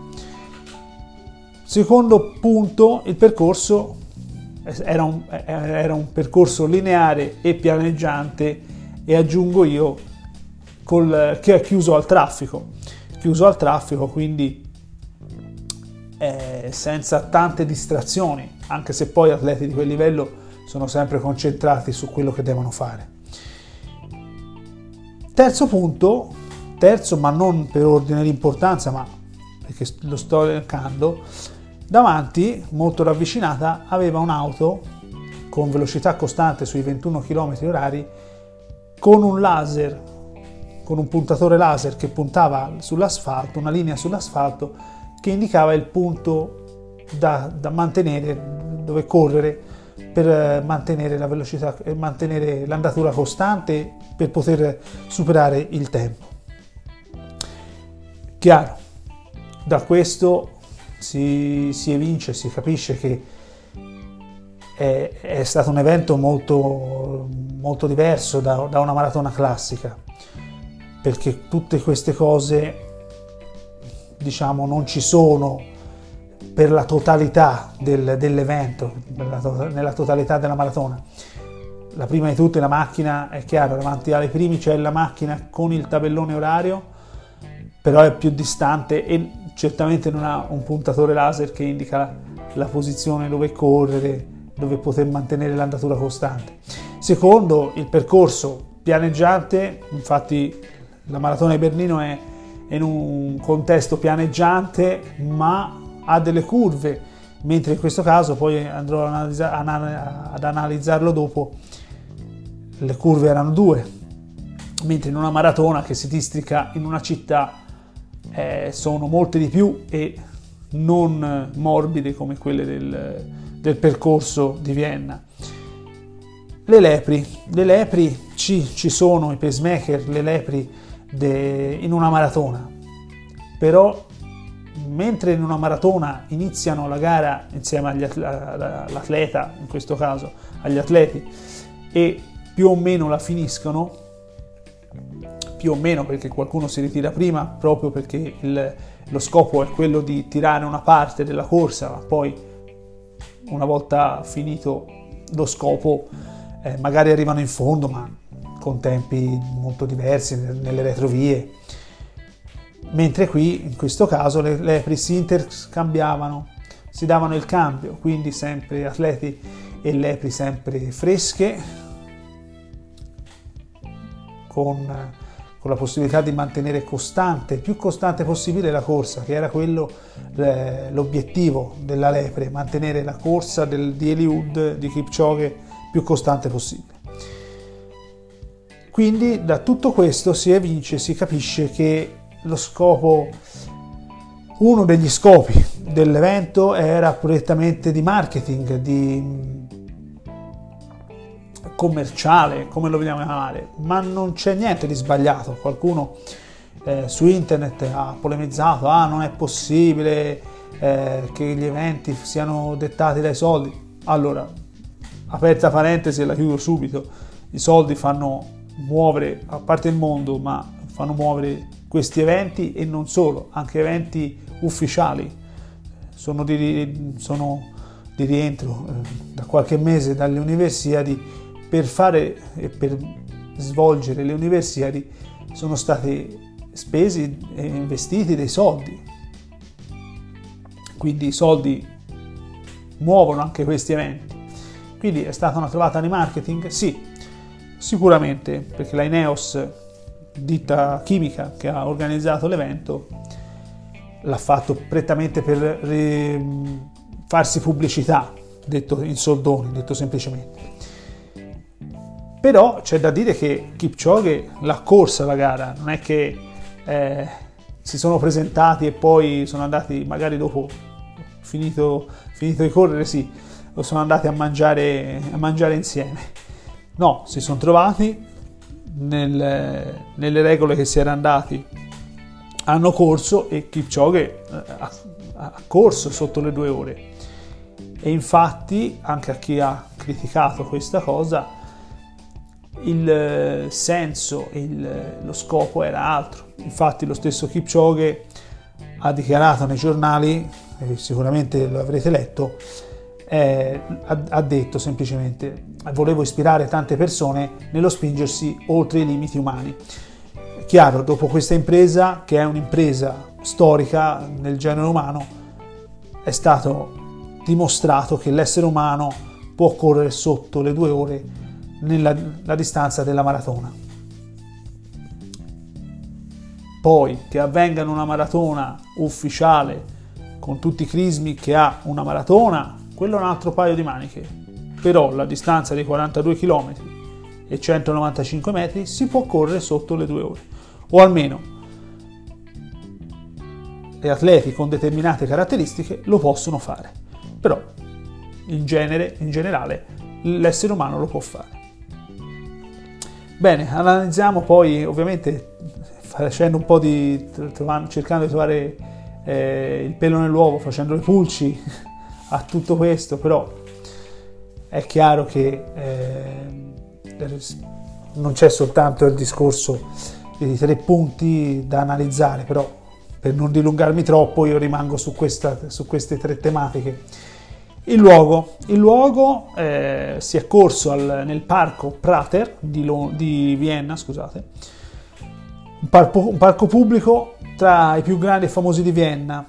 Secondo punto, il percorso era un percorso lineare e pianeggiante, e aggiungo io che è chiuso al traffico, quindi senza tante distrazioni, anche se poi atleti di quel livello sono sempre concentrati su quello che devono fare. Terzo punto, ma non per ordine di importanza, ma perché lo sto elencando, davanti, molto ravvicinata, aveva un'auto con velocità costante sui 21 km orari, con un puntatore laser che puntava sull'asfalto, una linea sull'asfalto che indicava il punto da mantenere, dove correre per mantenere la velocità e mantenere l'andatura costante per poter superare il tempo. Chiaro, da questo si evince, si capisce che è stato un evento molto, molto diverso da una maratona classica, perché tutte queste cose, diciamo, non ci sono per la totalità dell'evento, nella totalità della maratona. La prima di tutte, la macchina, è chiaro, davanti alle primi c'è la macchina con il tabellone orario, però è più distante e certamente non ha un puntatore laser che indica la posizione dove correre, dove poter mantenere l'andatura costante. Secondo, il percorso pianeggiante, infatti la maratona di Berlino è in un contesto pianeggiante, ma ha delle curve mentre in questo caso, poi andrò ad analizzarlo dopo, le curve erano 2, mentre in una maratona che si districa in una città sono molte di più e non morbide come quelle del percorso di Vienna. Le lepri ci sono, i pacemaker, le lepri in una maratona, però mentre in una maratona iniziano la gara insieme all'atleta, in questo caso agli atleti, e più o meno la finiscono, più o meno perché qualcuno si ritira prima proprio perché lo scopo è quello di tirare una parte della corsa, ma poi una volta finito lo scopo magari arrivano in fondo, ma con tempi molto diversi nelle retrovie, mentre qui in questo caso le lepri si interscambiavano, si davano il cambio, quindi sempre atleti e lepri sempre fresche, con la possibilità di mantenere costante, il più costante possibile la corsa, che era quello l'obiettivo della lepre, mantenere la corsa di Eliud, di Kipchoge, più costante possibile. Quindi da tutto questo si evince, si capisce che lo scopo, uno degli scopi dell'evento era prettamente di marketing, di commerciale, come lo vogliamo chiamare, ma non c'è niente di sbagliato. Qualcuno su internet ha polemizzato, non è possibile che gli eventi siano dettati dai soldi. Allora, aperta parentesi e la chiudo subito, i soldi fanno muovere, a parte il mondo, ma fanno muovere questi eventi, e non solo, anche eventi ufficiali sono di rientro da qualche mese dalle Universiadi. Per fare e per svolgere le Universiadi sono stati spesi e investiti dei soldi, quindi i soldi muovono anche questi eventi. Quindi è stata una trovata di marketing? Sì, sicuramente, perché la Ineos, ditta chimica che ha organizzato l'evento, l'ha fatto prettamente per farsi pubblicità, detto in soldoni, detto semplicemente. Però c'è da dire che Kipchoge l'ha corsa la gara, non è che si sono presentati e poi sono andati, magari dopo finito di correre, sì, o sono andati a mangiare insieme. No, si sono trovati nelle regole che si era andati, hanno corso, e Kipchoge ha corso sotto le 2 ore. E infatti, anche a chi ha criticato questa cosa, il senso e lo scopo era altro. Infatti lo stesso Kipchoge ha dichiarato nei giornali, sicuramente lo avrete letto, ha detto semplicemente: volevo ispirare tante persone nello spingersi oltre i limiti umani. Chiaro, dopo questa impresa, che è un'impresa storica nel genere umano, è stato dimostrato che l'essere umano può correre sotto le 2 ore nella distanza della maratona. Poi che avvenga in una maratona ufficiale con tutti i crismi che ha una maratona, quello è un altro paio di maniche. Però la distanza di 42 km e 195 metri si può correre sotto le 2 ore, o almeno gli atleti con determinate caratteristiche lo possono fare. Però in generale l'essere umano lo può fare. Bene, analizziamo poi, ovviamente facendo un po' cercando di trovare il pelo nell'uovo, facendo le pulci a tutto questo, però è chiaro che non c'è soltanto il discorso di 3 punti da analizzare, però per non dilungarmi troppo io rimango su queste 3 tematiche. Il luogo si è corso nel parco Prater di Vienna, scusate, un parco pubblico tra i più grandi e famosi di Vienna.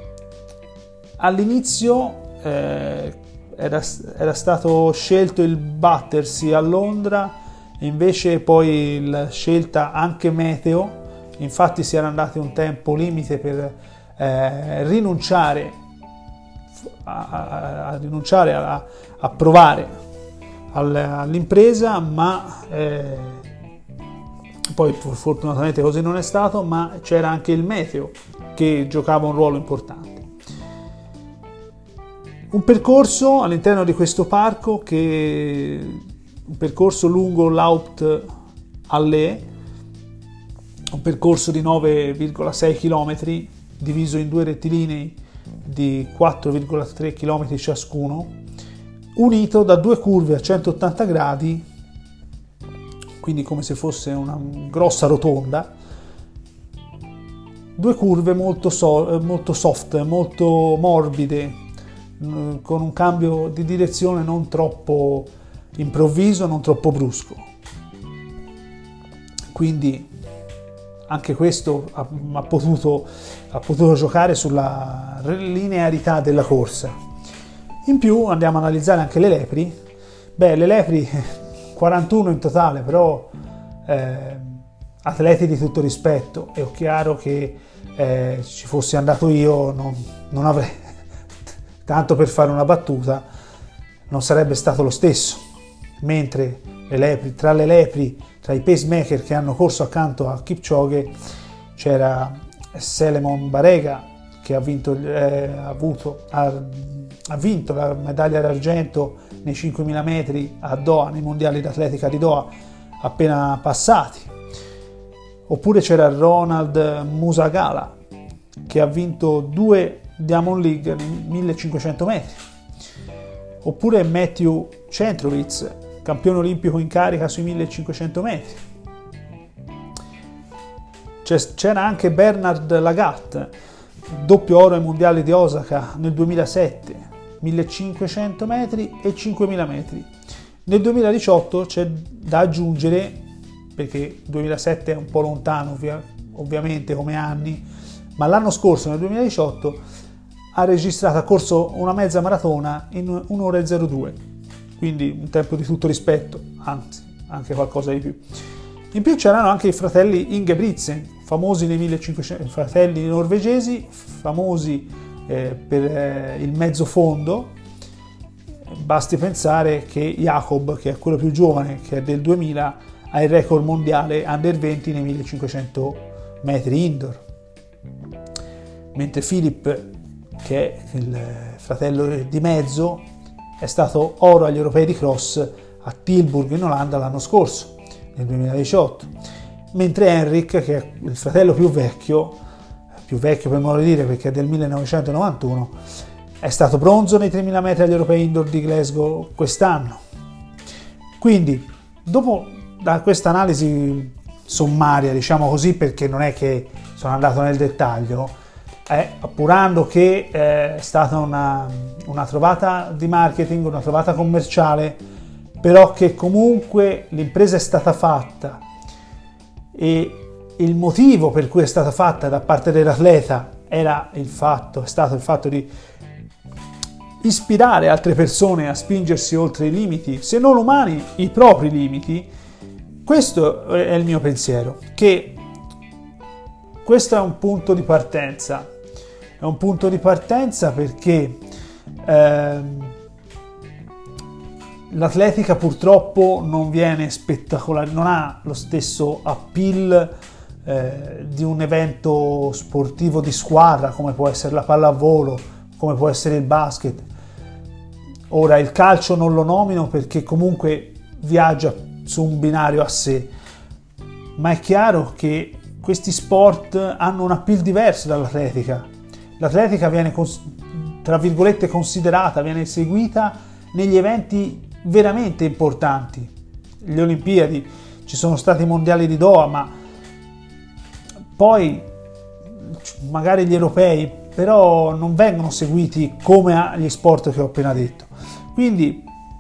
All'inizio era stato scelto il battersi a Londra, e invece poi la scelta anche meteo, infatti si era andati un tempo limite per rinunciare a rinunciare a provare all'impresa, ma poi fortunatamente così non è stato, ma c'era anche il meteo che giocava un ruolo importante. Un percorso all'interno di questo parco, un percorso lungo l'Haupt Allee, un percorso di 9,6 km diviso in due rettilinei di 4,3 km ciascuno, unito da due curve a 180 gradi, quindi come se fosse una grossa rotonda, due curve molto soft, molto morbide, con un cambio di direzione non troppo improvviso, non troppo brusco. Quindi anche questo ha potuto giocare sulla linearità della corsa. In più andiamo a analizzare anche le lepri. Le lepri 41 in totale, però atleti di tutto rispetto. È chiaro che ci fossi andato io non avrei, tanto per fare una battuta, non sarebbe stato lo stesso. Mentre tra i pacemaker che hanno corso accanto a Kipchoge c'era Selemon Barega, che ha vinto la medaglia d'argento nei 5.000 metri a Doha, nei mondiali d'atletica di Doha appena passati. Oppure c'era Ronald Musagala, che ha vinto 2 Diamond League nei 1500 metri. Oppure Matthew Centrowitz, campione olimpico in carica sui 1500 metri. C'era anche Bernard Lagat, doppio oro ai mondiali di Osaka nel 2007, 1500 metri e 5000 metri. Nel 2018 c'è da aggiungere, perché il 2007 è un po' lontano ovviamente come anni, ma l'anno scorso, nel 2018, ha corso una mezza maratona in 1 ora e 02, quindi un tempo di tutto rispetto, anzi anche qualcosa di più. In più c'erano anche i fratelli Ingebrigtsen, famosi nei 1500, fratelli norvegesi, famosi per il mezzo fondo. Basti pensare che Jakob, che è quello più giovane, che è del 2000, ha il record mondiale under 20 nei 1500 metri indoor, mentre Philip, che è il fratello di mezzo, è stato oro agli europei di cross a Tilburg in Olanda l'anno scorso, nel 2018, mentre Henrik, che è il fratello più vecchio per modo di dire perché è del 1991, è stato bronzo nei 3.000 metri agli europei indoor di Glasgow quest'anno. Quindi, dopo da questa analisi sommaria, diciamo così, perché non è che sono andato nel dettaglio, appurando che è stata una trovata di marketing, una trovata commerciale, però che comunque l'impresa è stata fatta e il motivo per cui è stata fatta da parte dell'atleta è stato il fatto di ispirare altre persone a spingersi oltre i limiti, se non umani, i propri limiti. Questo è il mio pensiero, che questo è un punto di partenza. È un punto di partenza perché l'atletica purtroppo non viene spettacolare, non ha lo stesso appeal di un evento sportivo di squadra come può essere la pallavolo, come può essere il basket. Ora il calcio non lo nomino perché comunque viaggia su un binario a sé, ma è chiaro che questi sport hanno un appeal diverso dall'atletica. L'atletica viene tra virgolette considerata, viene seguita negli eventi veramente importanti. Le Olimpiadi, ci sono stati i mondiali di Doha, ma poi magari gli europei, però non vengono seguiti come gli sport che ho appena detto. Quindi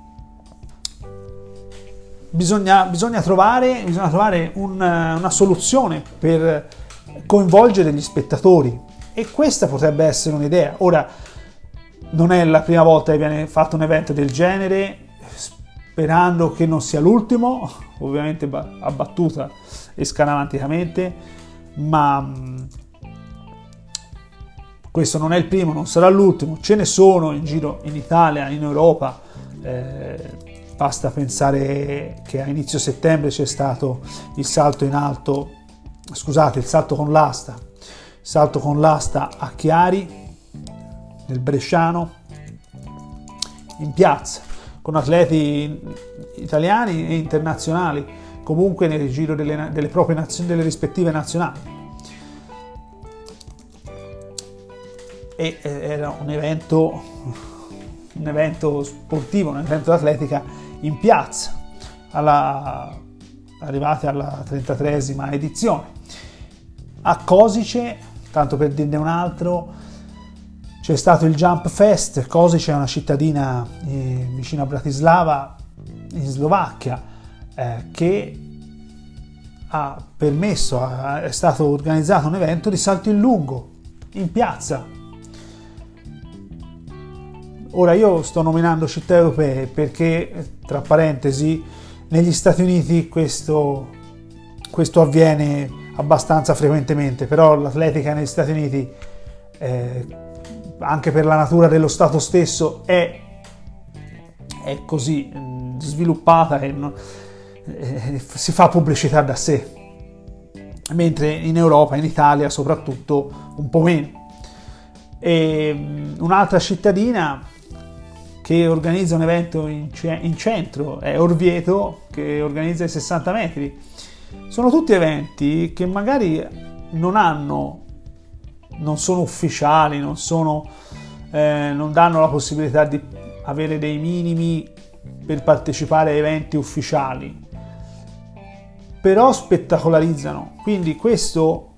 bisogna trovare una soluzione per coinvolgere gli spettatori, e questa potrebbe essere un'idea. Ora, non è la prima volta che viene fatto un evento del genere, sperando che non sia l'ultimo, ovviamente a battuta e scaramanticamente, ma questo non è il primo, non sarà l'ultimo, ce ne sono in giro in Italia, in Europa. Basta pensare che a inizio settembre c'è stato il salto in alto, scusate, il salto con l'asta a Chiari, nel Bresciano, in piazza, con atleti italiani e internazionali, comunque nel giro delle proprie nazioni, delle rispettive nazionali. E era un evento sportivo, un evento d'atletica in piazza, arrivati alla 33esima edizione. A Košice, tanto per dirne un altro, c'è stato il Jump Fest. Košice è una cittadina vicino a Bratislava, in Slovacchia, che ha permesso, è stato organizzato un evento di salto in lungo, in piazza. Ora io sto nominando città europee perché, tra parentesi, negli Stati Uniti questo avviene abbastanza frequentemente, però l'atletica negli Stati Uniti, anche per la natura dello Stato stesso, è così sviluppata e si fa pubblicità da sé, mentre in Europa, in Italia soprattutto, un po' meno. E un'altra cittadina che organizza un evento in centro è Orvieto, che organizza i 60 metri. Sono tutti eventi che magari non sono ufficiali, non danno la possibilità di avere dei minimi per partecipare a eventi ufficiali, però spettacolarizzano. Quindi questo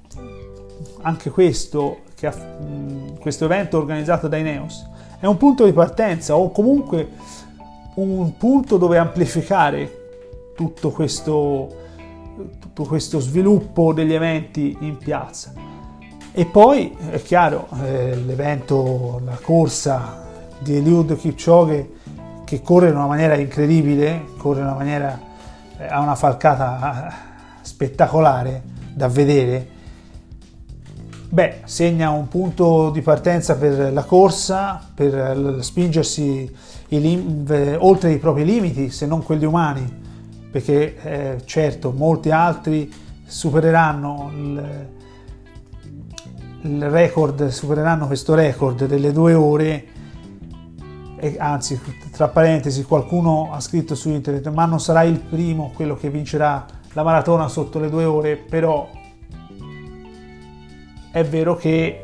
evento organizzato da Ineos è un punto di partenza, o comunque un punto dove amplificare tutto questo sviluppo degli eventi in piazza. E poi è chiaro, l'evento, la corsa di Eliud Kipchoge, che corre in una maniera incredibile, ha una falcata spettacolare da vedere. Segna un punto di partenza per la corsa, per spingersi oltre i propri limiti, se non quelli umani, perché certo molti altri supereranno questo record delle 2 ore, e anzi, tra parentesi, qualcuno ha scritto su internet: ma non sarà il primo quello che vincerà la maratona sotto le 2 ore. Però è vero che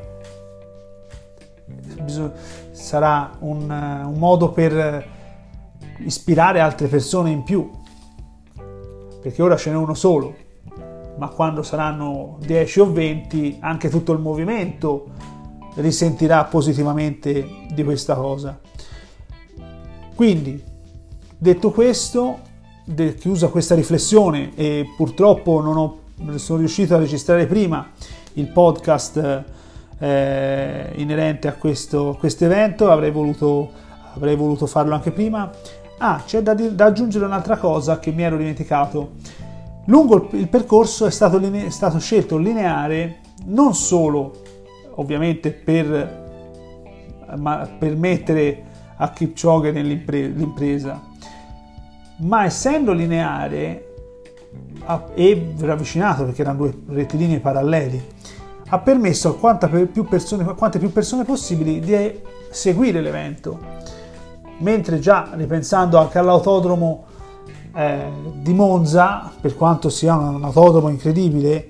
sarà un modo per ispirare altre persone in più, perché ora ce n'è uno solo, ma quando saranno 10 o 20 anche tutto il movimento risentirà positivamente di questa cosa. Quindi, detto questo, chiusa questa riflessione, e purtroppo non sono riuscito a registrare prima il podcast inerente a questo evento, avrei voluto farlo anche prima. C'è da aggiungere un'altra cosa che mi ero dimenticato. Lungo il percorso è stato scelto lineare, non solo ovviamente per permettere a Kipchoge l'impresa, ma essendo lineare e ravvicinato, perché erano 2 rettilinei paralleli, ha permesso a quante più persone possibili di seguire l'evento. Mentre già ripensando anche all'autodromo di Monza, per quanto sia un autodromo incredibile,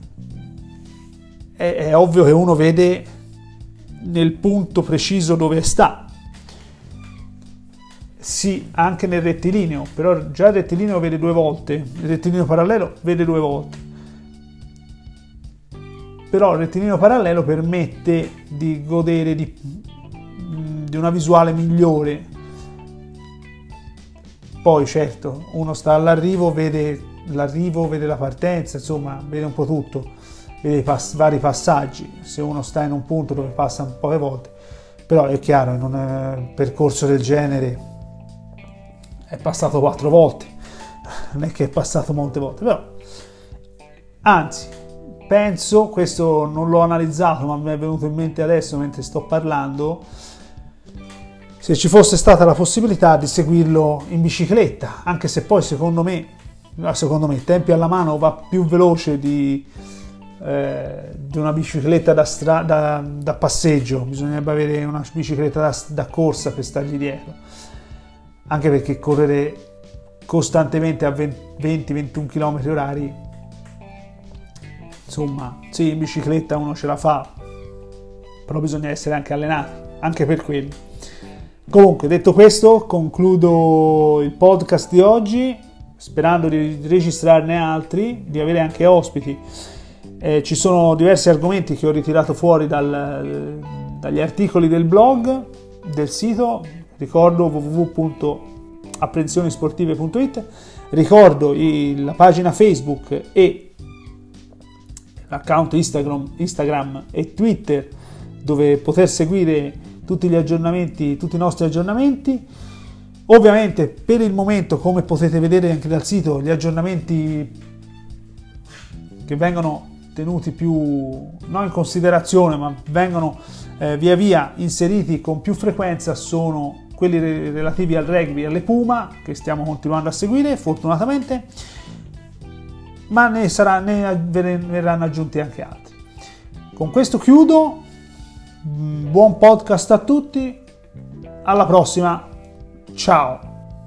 è ovvio che uno vede nel punto preciso dove sta. Sì, anche nel rettilineo, però già il rettilineo vede 2 volte, il rettilineo parallelo vede 2 volte. Però il rettilineo parallelo permette di godere di una visuale migliore. Poi certo, uno sta all'arrivo, vede la partenza, insomma, vede un po' tutto, vede i vari passaggi, se uno sta in un punto dove passa poche volte. Però è chiaro, in un percorso del genere è passato 4 volte, non è che è passato molte volte, però anzi, penso, questo non l'ho analizzato ma mi è venuto in mente adesso mentre sto parlando, se ci fosse stata la possibilità di seguirlo in bicicletta, anche se poi secondo me tempi alla mano va più veloce di una bicicletta da passeggio. Bisognerebbe avere una bicicletta da corsa per stargli dietro, anche perché correre costantemente a 20-21 km orari, insomma, sì, in bicicletta uno ce la fa, però bisogna essere anche allenati, anche per quello. Comunque, detto questo, concludo il podcast di oggi, sperando di registrarne altri, di avere anche ospiti. Ci sono diversi argomenti che ho ritirato fuori dagli articoli del blog, del sito, ricordo www.apprensionisportive.it, ricordo la pagina Facebook e l'account Instagram e Twitter, dove poter seguire tutti i nostri aggiornamenti. Ovviamente per il momento, come potete vedere anche dal sito, gli aggiornamenti che vengono tenuti più non in considerazione ma vengono via via inseriti con più frequenza sono quelli relativi al rugby e alle Puma, che stiamo continuando a seguire fortunatamente, ma ne verranno aggiunti anche altri. Con questo chiudo, buon podcast a tutti, alla prossima, ciao!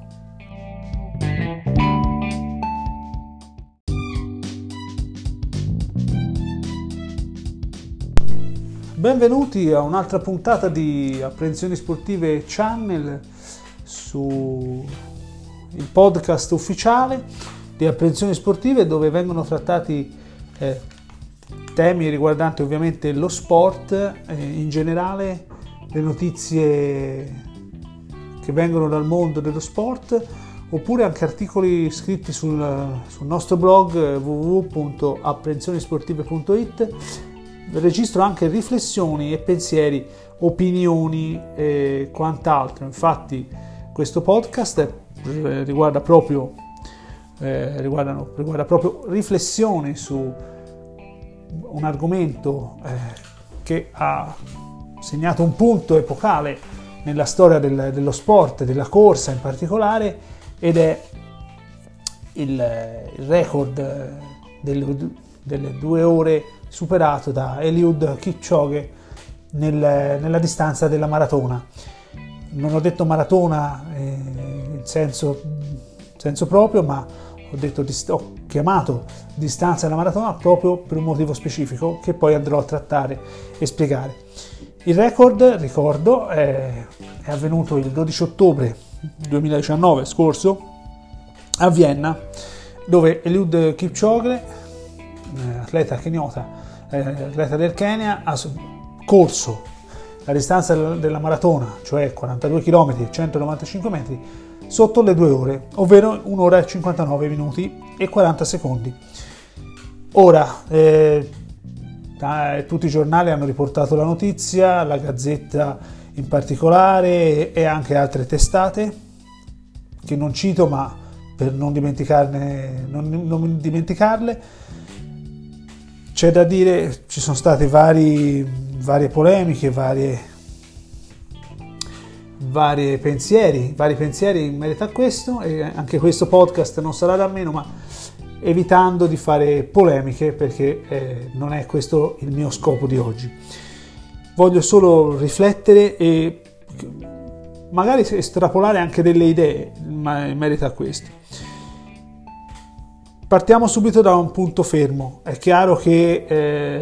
Benvenuti a un'altra puntata di Apprensioni Sportive Channel, su il podcast ufficiale di Apprensioni Sportive, dove vengono trattati temi riguardanti ovviamente lo sport, in generale le notizie che vengono dal mondo dello sport, oppure anche articoli scritti sul nostro blog www.apprensionisportive.it. Registro anche riflessioni e pensieri, opinioni e quant'altro. Infatti questo podcast riguarda proprio riflessioni su un argomento che ha segnato un punto epocale nella storia dello sport, della corsa in particolare, ed è il record delle 2 ore superato da Eliud Kipchoge nella distanza della maratona. Non ho detto maratona in senso proprio, ma ho chiamato distanza della maratona proprio per un motivo specifico che poi andrò a trattare e spiegare. Il record, ricordo, è avvenuto il 12 ottobre 2019 scorso a Vienna, dove Eliud Kipchoge, atleta del Kenya, ha corso la distanza della maratona, cioè 42 km e 195 metri, sotto le 2 ore, ovvero 1 ora e 59 minuti e 40 secondi. Ora, tutti i giornali hanno riportato la notizia, la Gazzetta in particolare e anche altre testate, che non cito ma per non dimenticarle. C'è da dire, ci sono state varie polemiche, vari pensieri in merito a questo, e anche questo podcast non sarà da meno, ma evitando di fare polemiche, perché non è questo il mio scopo di oggi. Voglio solo riflettere e magari estrapolare anche delle idee in merito a questo. Partiamo subito da un punto fermo. È chiaro che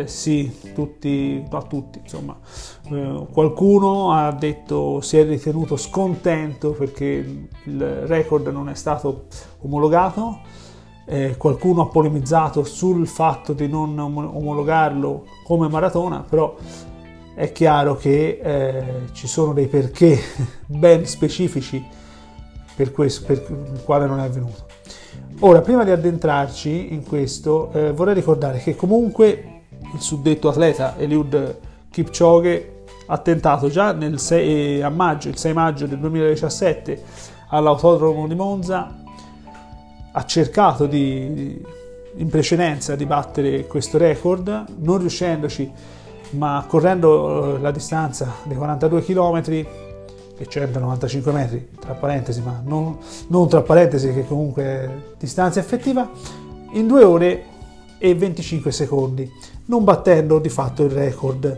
qualcuno ha detto, si è ritenuto scontento perché il record non è stato omologato, qualcuno ha polemizzato sul fatto di non omologarlo come maratona, però è chiaro che ci sono dei perché ben specifici per il quale non è avvenuto. Ora, prima di addentrarci in questo, vorrei ricordare che comunque il suddetto atleta Eliud Kipchoge ha tentato già il 6 maggio del 2017 all'autodromo di Monza, ha cercato di in precedenza di battere questo record, non riuscendoci, ma correndo la distanza dei 42 km e 195 metri, tra parentesi, ma non tra parentesi, che comunque è distanza effettiva, in 2 ore e 25 secondi, non battendo di fatto il record.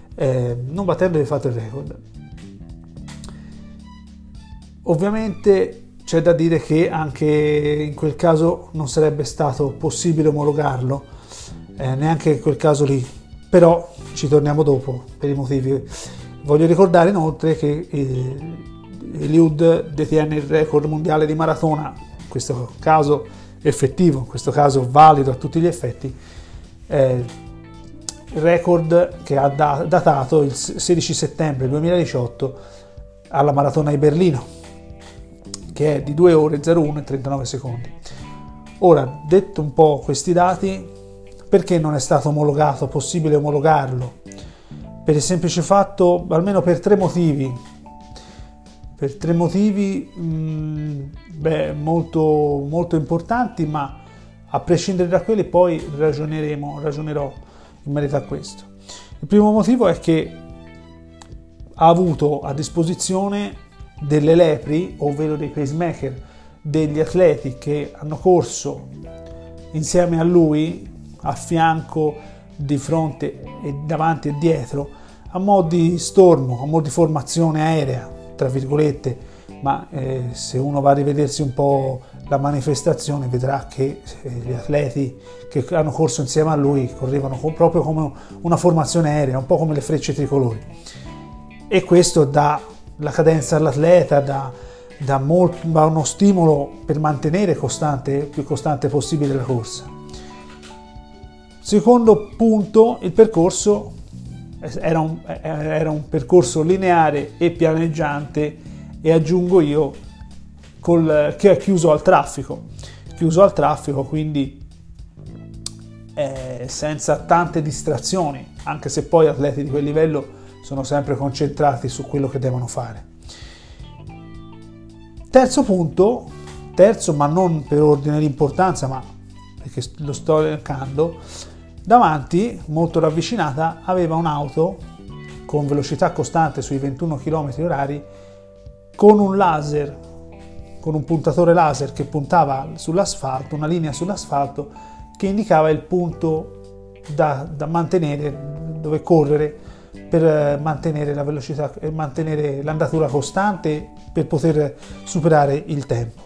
Ovviamente c'è da dire che anche in quel caso non sarebbe stato possibile omologarlo, neanche in quel caso lì, però ci torniamo dopo per i motivi. Voglio ricordare inoltre che Eliud detiene il record mondiale di maratona, in questo caso effettivo, in questo caso valido a tutti gli effetti, il record che ha datato il 16 settembre 2018 alla maratona di Berlino, che è di 2 ore 01 e 39 secondi. Ora, detto un po' questi dati, perché non è stato possibile omologarlo? Per il semplice fatto, almeno per 3 motivi. Per 3 motivi molto, molto importanti, ma a prescindere da quelli poi ragionerò in merito a questo. Il primo motivo è che ha avuto a disposizione delle lepri, ovvero dei pacemaker, degli atleti che hanno corso insieme a lui, a fianco, di fronte e davanti e dietro, a mo' di stormo, a mo' di formazione aerea, tra virgolette, ma se uno va a rivedersi un po' la manifestazione vedrà che gli atleti che hanno corso insieme a lui correvano proprio come una formazione aerea, un po' come le frecce tricolori, e questo dà la cadenza all'atleta, dà uno stimolo per mantenere il più costante possibile la corsa. Secondo punto, il percorso era un percorso lineare e pianeggiante, e aggiungo io che è chiuso al traffico, quindi senza tante distrazioni, anche se poi atleti di quel livello sono sempre concentrati su quello che devono fare. Terzo punto, ma non per ordine di importanza, ma perché lo sto elencando, davanti, molto ravvicinata, aveva un'auto con velocità costante sui 21 km/h con un laser, con un puntatore laser che puntava sull'asfalto, una linea sull'asfalto che indicava il punto da mantenere, dove correre, per mantenere la velocità e mantenere l'andatura costante per poter superare il tempo.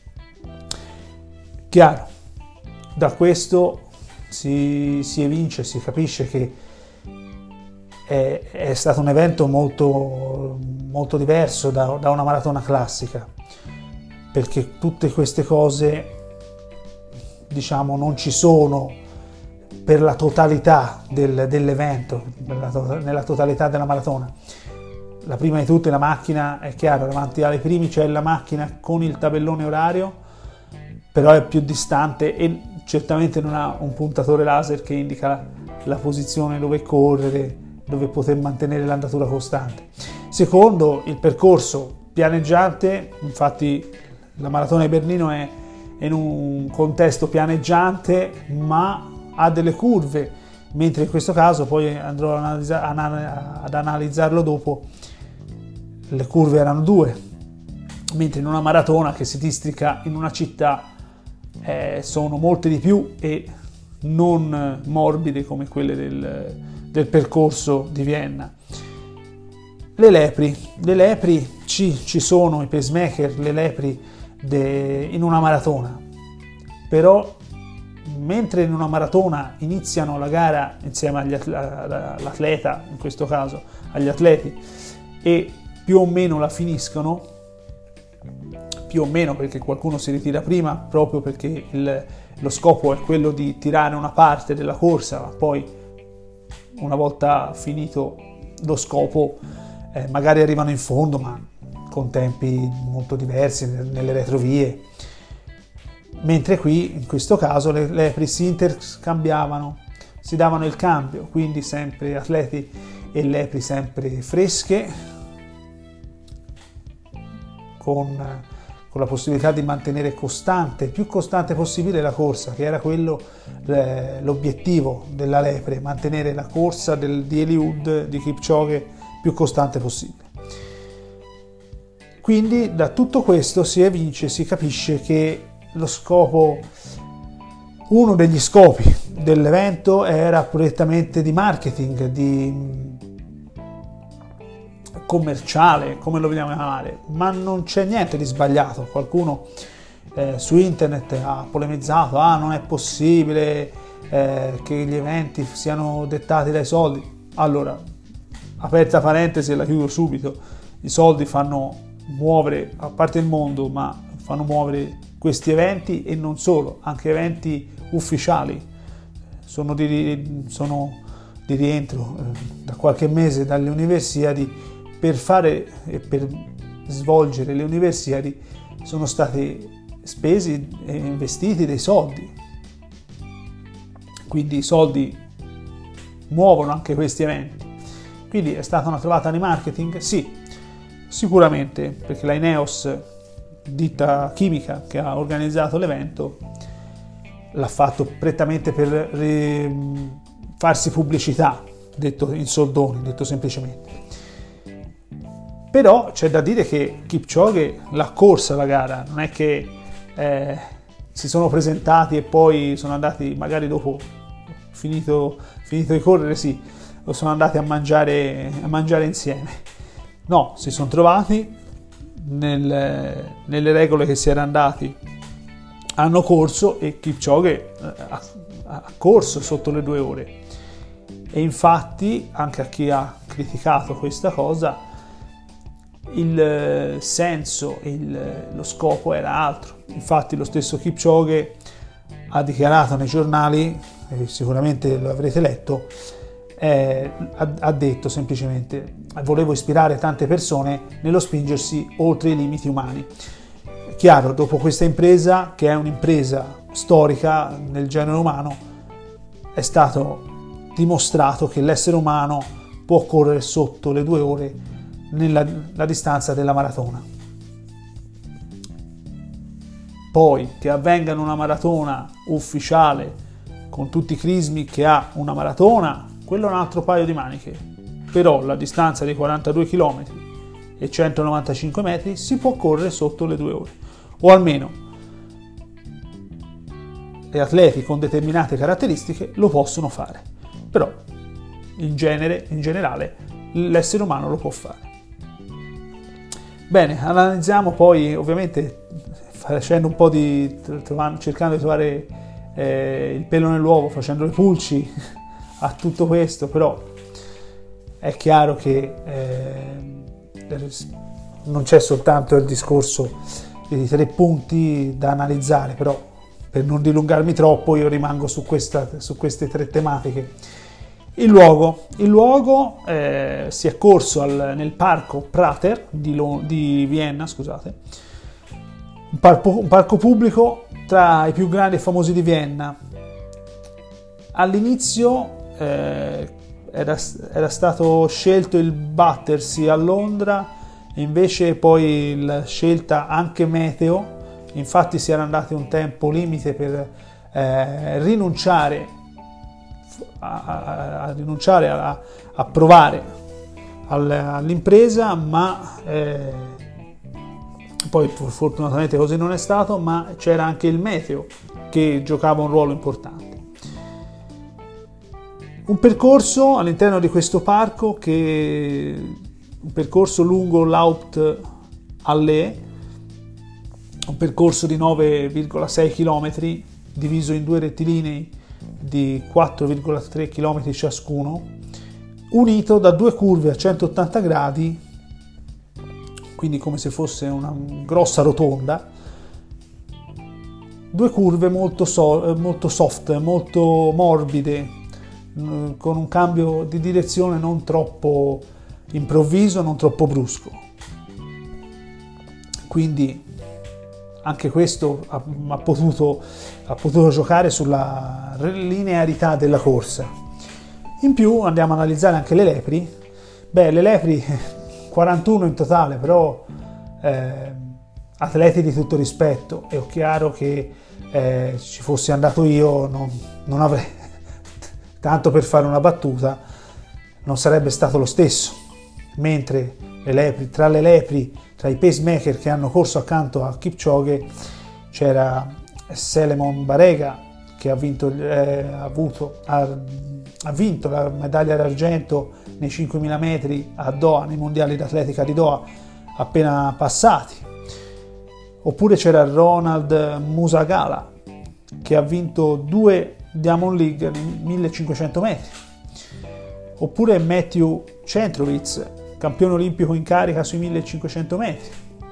Chiaro, da questo si evince, si capisce che è stato un evento molto, molto diverso da una maratona classica, perché tutte queste cose, diciamo, non ci sono per la totalità dell'evento, nella totalità della maratona. La prima di tutte, la macchina, è chiaro, davanti alle primi c'è la macchina con il tabellone orario, però è più distante e certamente non ha un puntatore laser che indica la posizione dove correre, dove poter mantenere l'andatura costante. Secondo, il percorso pianeggiante, infatti la maratona di Berlino è in un contesto pianeggiante, ma ha delle curve, mentre in questo caso, poi andrò ad analizzarlo dopo, le curve erano 2, mentre in una maratona che si districa in una città sono molte di più e non morbide come quelle del percorso di Vienna. Le lepri ci sono, i pacemaker, le lepri in una maratona, però mentre in una maratona iniziano la gara insieme all'atleta, in questo caso agli atleti, e più o meno la finiscono, più o meno perché qualcuno si ritira prima proprio perché lo scopo è quello di tirare una parte della corsa, ma poi una volta finito lo scopo magari arrivano in fondo, ma con tempi molto diversi nelle retrovie, mentre qui in questo caso le lepri si interscambiavano, si davano il cambio, quindi sempre atleti e lepri sempre fresche, con con la possibilità di mantenere costante, il più costante possibile la corsa, che era quello l'obiettivo della lepre, mantenere la corsa di Eliud, di Kipchoge, più costante possibile. Quindi da tutto questo si evince, si capisce che lo scopo, uno degli scopi dell'evento era prettamente di marketing, di commerciale, come lo vogliamo chiamare, ma non c'è niente di sbagliato. Qualcuno su internet ha polemizzato, non è possibile che gli eventi siano dettati dai soldi. Allora, aperta parentesi e la chiudo subito, i soldi fanno muovere, a parte il mondo, ma fanno muovere questi eventi, e non solo, anche eventi ufficiali sono di rientro da qualche mese dalle Universiadi. Per fare e per svolgere le Universiadi sono stati spesi e investiti dei soldi, quindi i soldi muovono anche questi eventi. Quindi è stata una trovata di marketing? Sì, sicuramente, perché la Ineos, ditta chimica che ha organizzato l'evento, l'ha fatto prettamente per farsi pubblicità, detto in soldoni, detto semplicemente. Però c'è da dire che Kipchoge l'ha corsa la gara, non è che si sono presentati e poi sono andati, magari dopo finito di correre, sì, o sono andati a mangiare insieme. No, si sono trovati nelle regole che si era andati, hanno corso, e Kipchoge ha corso sotto le 2 ore. E infatti, anche a chi ha criticato questa cosa, il senso e lo scopo era altro. Infatti lo stesso Kipchoge ha dichiarato nei giornali, sicuramente lo avrete letto, ha detto semplicemente: volevo ispirare tante persone nello spingersi oltre i limiti umani. Chiaro, dopo questa impresa, che è un'impresa storica nel genere umano, è stato dimostrato che l'essere umano può correre sotto le 2 ore nella distanza della maratona. Poi che avvenga in una maratona ufficiale con tutti i crismi che ha una maratona, quello è un altro paio di maniche. Però la distanza di 42 km e 195 metri si può correre sotto le 2 ore, o almeno gli atleti con determinate caratteristiche lo possono fare. Però in generale l'essere umano lo può fare. Bene, analizziamo poi, ovviamente facendo un po' cercando di trovare il pelo nell'uovo, facendo le pulci a tutto questo, però è chiaro che non c'è soltanto il discorso di 3 punti da analizzare, però per non dilungarmi troppo io rimango su queste 3 tematiche. Il luogo si è corso nel parco Prater di Vienna, scusate, un parco pubblico tra i più grandi e famosi di Vienna. All'inizio era stato scelto il battersi a Londra, e invece poi la scelta anche meteo, infatti si era andati un tempo limite per rinunciare a provare all'impresa, ma poi fortunatamente così non è stato, ma c'era anche il meteo che giocava un ruolo importante. Un percorso all'interno di questo parco, un percorso lungo l'Haupt-Allee, un percorso di 9,6 km diviso in 2 rettilinei di 4,3 km ciascuno, unito da 2 curve a 180 gradi, quindi come se fosse una grossa rotonda, 2 curve molto soft, molto morbide, con un cambio di direzione non troppo improvviso, non troppo brusco. Quindi anche questo ha potuto giocare sulla linearità della corsa. In più andiamo a analizzare anche le lepri. Le lepri 41 in totale, però atleti di tutto rispetto. È chiaro che ci fossi andato io non avrei, tanto per fare una battuta, non sarebbe stato lo stesso. Mentre tra i pacemaker che hanno corso accanto a Kipchoge c'era Selemon Barega, che ha vinto la medaglia d'argento nei 5.000 metri a Doha, nei mondiali d'atletica di Doha appena passati. Oppure c'era Ronald Musagala, che ha vinto 2 Diamond League nei 1500 metri. Oppure Matthew Centrowitz, campione olimpico in carica sui 1500 metri.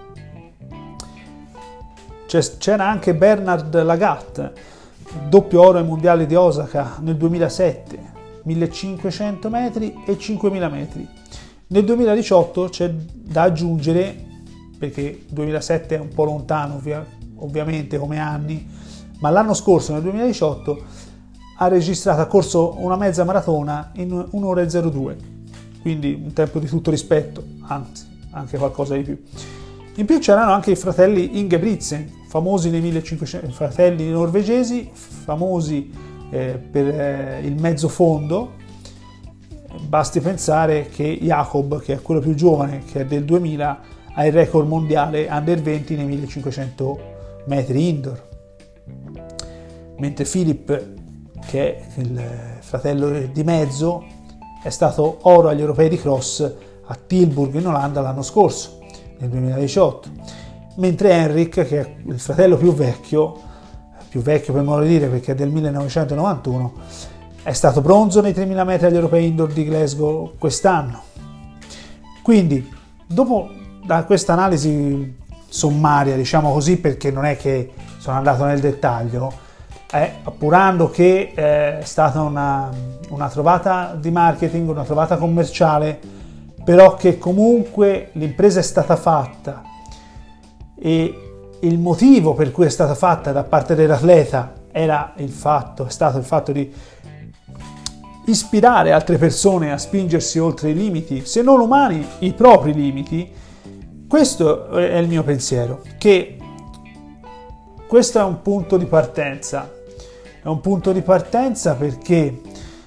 C'era anche Bernard Lagat, doppio oro ai mondiali di Osaka nel 2007, 1500 metri e 5000 metri. Nel 2018 c'è da aggiungere, perché il 2007 è un po' lontano ovviamente come anni, ma l'anno scorso, nel 2018, ha corso una mezza maratona in 1 ora e 02, quindi un tempo di tutto rispetto, anzi anche qualcosa di più. In più c'erano anche i fratelli Ingebrigtsen, famosi nei 1500, fratelli norvegesi, famosi per il mezzo fondo. Basti pensare che Jakob, che è quello più giovane, che è del 2000, ha il record mondiale under 20 nei 1500 metri indoor. Mentre Philip, che è il fratello di mezzo, è stato oro agli europei di cross a Tilburg in Olanda l'anno scorso, nel 2018. Mentre Henrik, che è il fratello più vecchio per modo di dire perché è del 1991, è stato bronzo nei 3.000 metri agli europei indoor di Glasgow quest'anno. Quindi, dopo da questa analisi sommaria, diciamo così, perché non è che sono andato nel dettaglio, appurando che è stata una trovata di marketing, una trovata commerciale, però che comunque l'impresa è stata fatta e il motivo per cui è stata fatta da parte dell'atleta è stato il fatto di ispirare altre persone a spingersi oltre i limiti, se non umani, i propri limiti. Questo è il mio pensiero, che questo è un punto di partenza. È un punto di partenza perché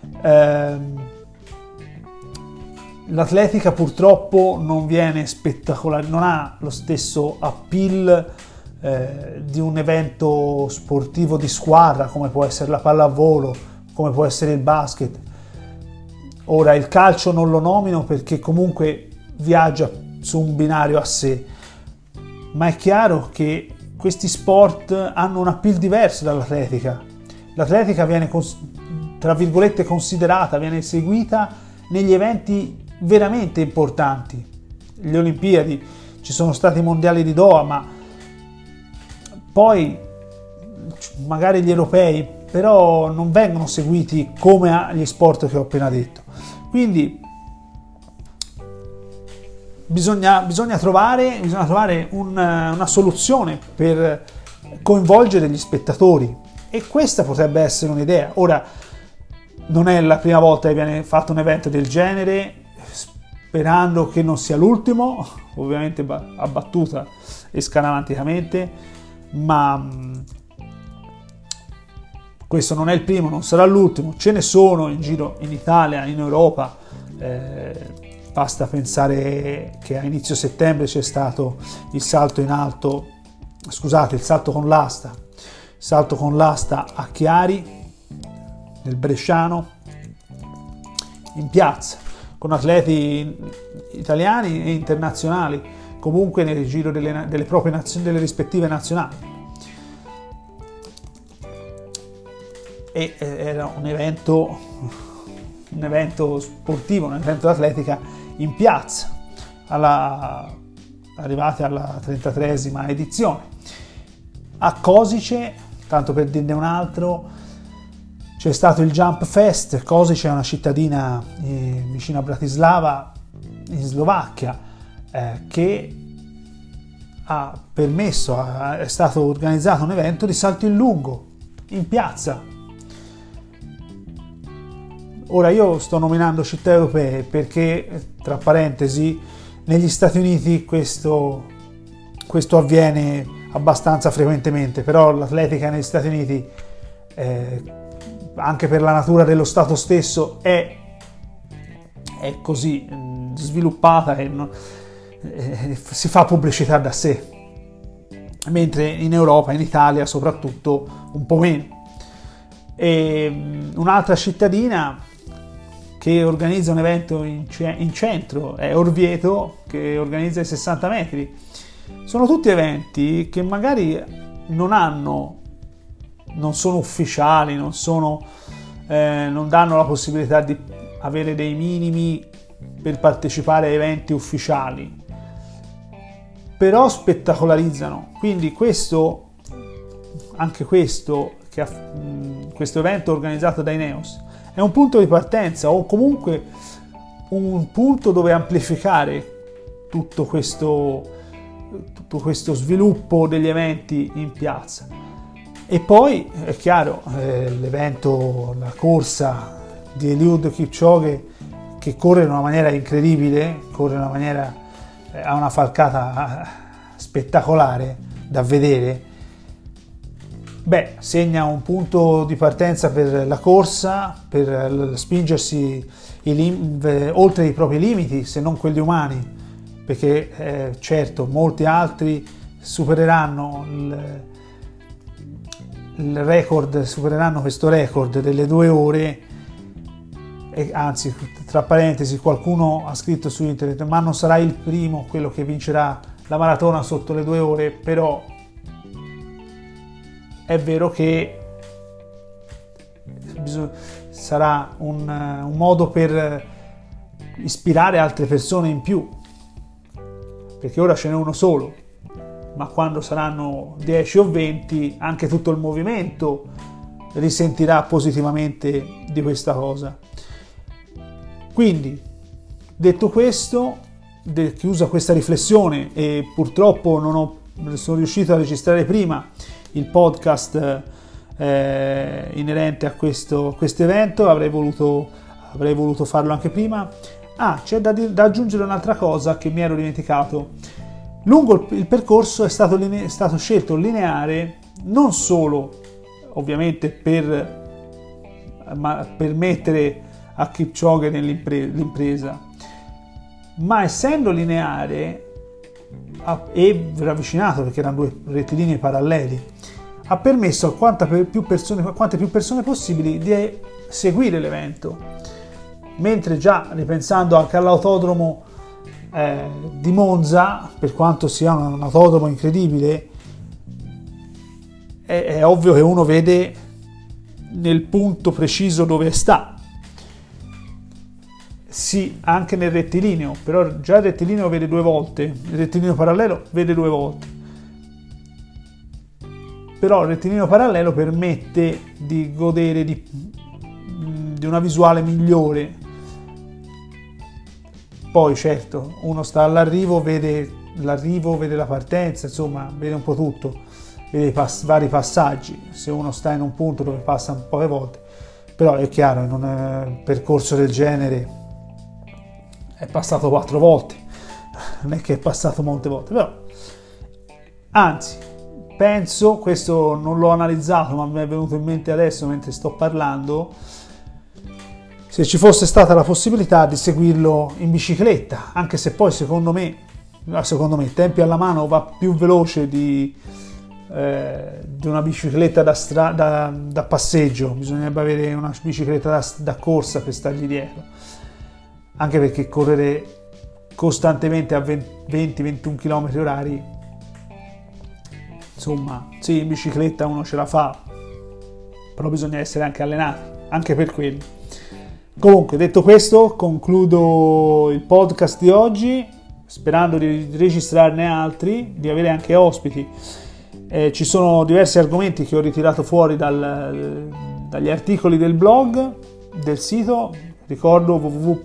l'atletica purtroppo non viene spettacolare, non ha lo stesso appeal di un evento sportivo di squadra come può essere la pallavolo, come può essere il basket. Ora il calcio non lo nomino perché comunque viaggia su un binario a sé, ma è chiaro che questi sport hanno un appeal diverso dall'atletica. L'atletica viene tra virgolette considerata, viene seguita negli eventi veramente importanti. Le Olimpiadi, ci sono stati i mondiali di Doha, ma poi magari gli europei, però non vengono seguiti come gli sport che ho appena detto. Quindi bisogna trovare una soluzione per coinvolgere gli spettatori, e questa potrebbe essere un'idea. Ora, non è la prima volta che viene fatto un evento del genere, sperando che non sia l'ultimo, ovviamente a battuta e scaramanticamente, ma questo non è il primo, non sarà l'ultimo. Ce ne sono in giro in Italia, in Europa. Basta pensare che a inizio settembre c'è stato il salto con l'asta a Chiari, nel Bresciano, in piazza, con atleti italiani e internazionali, comunque nel giro delle proprie nazioni, delle rispettive nazionali. E era un evento sportivo, un evento d'atletica in piazza, arrivati alla 33esima edizione. A Košice, tanto per dirne un altro, c'è stato il Jump Fest. Košice è una cittadina vicino a Bratislava, in Slovacchia, che ha permesso, è stato organizzato un evento di salto in lungo, in piazza. Ora io sto nominando città europee perché, tra parentesi, negli Stati Uniti questo questo avviene abbastanza frequentemente, però l'atletica negli Stati Uniti, anche per la natura dello Stato stesso, è così sviluppata che si fa pubblicità da sé, mentre in Europa, in Italia soprattutto, un po' meno. E un'altra cittadina che organizza un evento in centro è Orvieto, che organizza i 60 metri. Sono tutti eventi che magari non sono ufficiali, non danno la possibilità di avere dei minimi per partecipare a eventi ufficiali, però spettacolarizzano. Quindi questo evento organizzato dai Ineos è un punto di partenza, o comunque un punto dove amplificare tutto questo sviluppo degli eventi in piazza. E poi è chiaro, l'evento, la corsa di Eliud Kipchoge, che corre in una maniera incredibile, ha una falcata spettacolare da vedere. Segna un punto di partenza per la corsa, per spingersi oltre i propri limiti, se non quelli umani, perché certo molti altri supereranno questo record delle 2 ore, e anzi, tra parentesi, qualcuno ha scritto su internet: ma non sarà il primo quello che vincerà la maratona sotto le 2 ore. Però è vero che sarà un modo per ispirare altre persone in più, perché ora ce n'è uno solo, ma quando saranno 10 o 20 anche tutto il movimento risentirà positivamente di questa cosa. Quindi, detto questo, chiusa questa riflessione, e purtroppo non sono riuscito a registrare prima il podcast inerente a questo evento, avrei voluto farlo anche prima. C'è da aggiungere un'altra cosa che mi ero dimenticato. Lungo il percorso è stato scelto lineare, non solo ovviamente per permettere a Kipchoge l'impresa, ma essendo lineare e ravvicinato, perché erano 2 rettilinei paralleli, ha permesso a quante più persone possibili di seguire l'evento. Mentre già ripensando anche all'autodromo di Monza, per quanto sia un autodromo incredibile, è ovvio che uno vede nel punto preciso dove sta. Sì, anche nel rettilineo, però già il rettilineo vede 2 volte, il rettilineo parallelo vede 2 volte. Però il rettilineo parallelo permette di godere di una visuale migliore. Poi certo, uno sta all'arrivo, vede la partenza, insomma, vede un po' tutto, vede i vari passaggi, se uno sta in un punto dove passa poche volte. Però è chiaro, in un percorso del genere è passato 4 volte, non è che è passato molte volte, però anzi, penso, questo non l'ho analizzato ma mi è venuto in mente adesso mentre sto parlando, se ci fosse stata la possibilità di seguirlo in bicicletta, anche se poi secondo me tempi alla mano va più veloce di una bicicletta da passeggio. Bisognerebbe avere una bicicletta da corsa per stargli dietro, anche perché correre costantemente a 20-21 km orari, insomma, sì, in bicicletta uno ce la fa, però bisogna essere anche allenati, anche per quello. Comunque, detto questo, concludo il podcast di oggi, sperando di registrarne altri, di avere anche ospiti. Ci sono diversi argomenti che ho ritirato fuori dagli articoli del blog, del sito, ricordo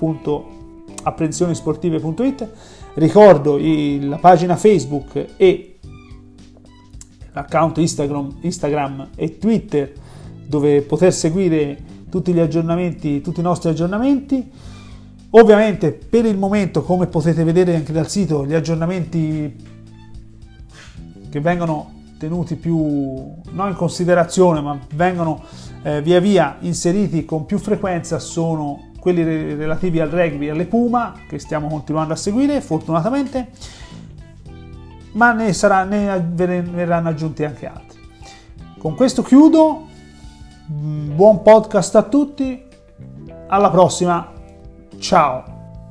www.apprensionisportive.it, ricordo la pagina Facebook e l'account Instagram e Twitter, dove poter seguire tutti i nostri aggiornamenti. Ovviamente per il momento, come potete vedere anche dal sito, gli aggiornamenti che vengono tenuti più non in considerazione, ma vengono via via inseriti con più frequenza sono quelli relativi al rugby e alle Puma, che stiamo continuando a seguire fortunatamente, ma ne verranno aggiunti anche altri. Con questo chiudo, buon podcast a tutti, alla prossima, ciao!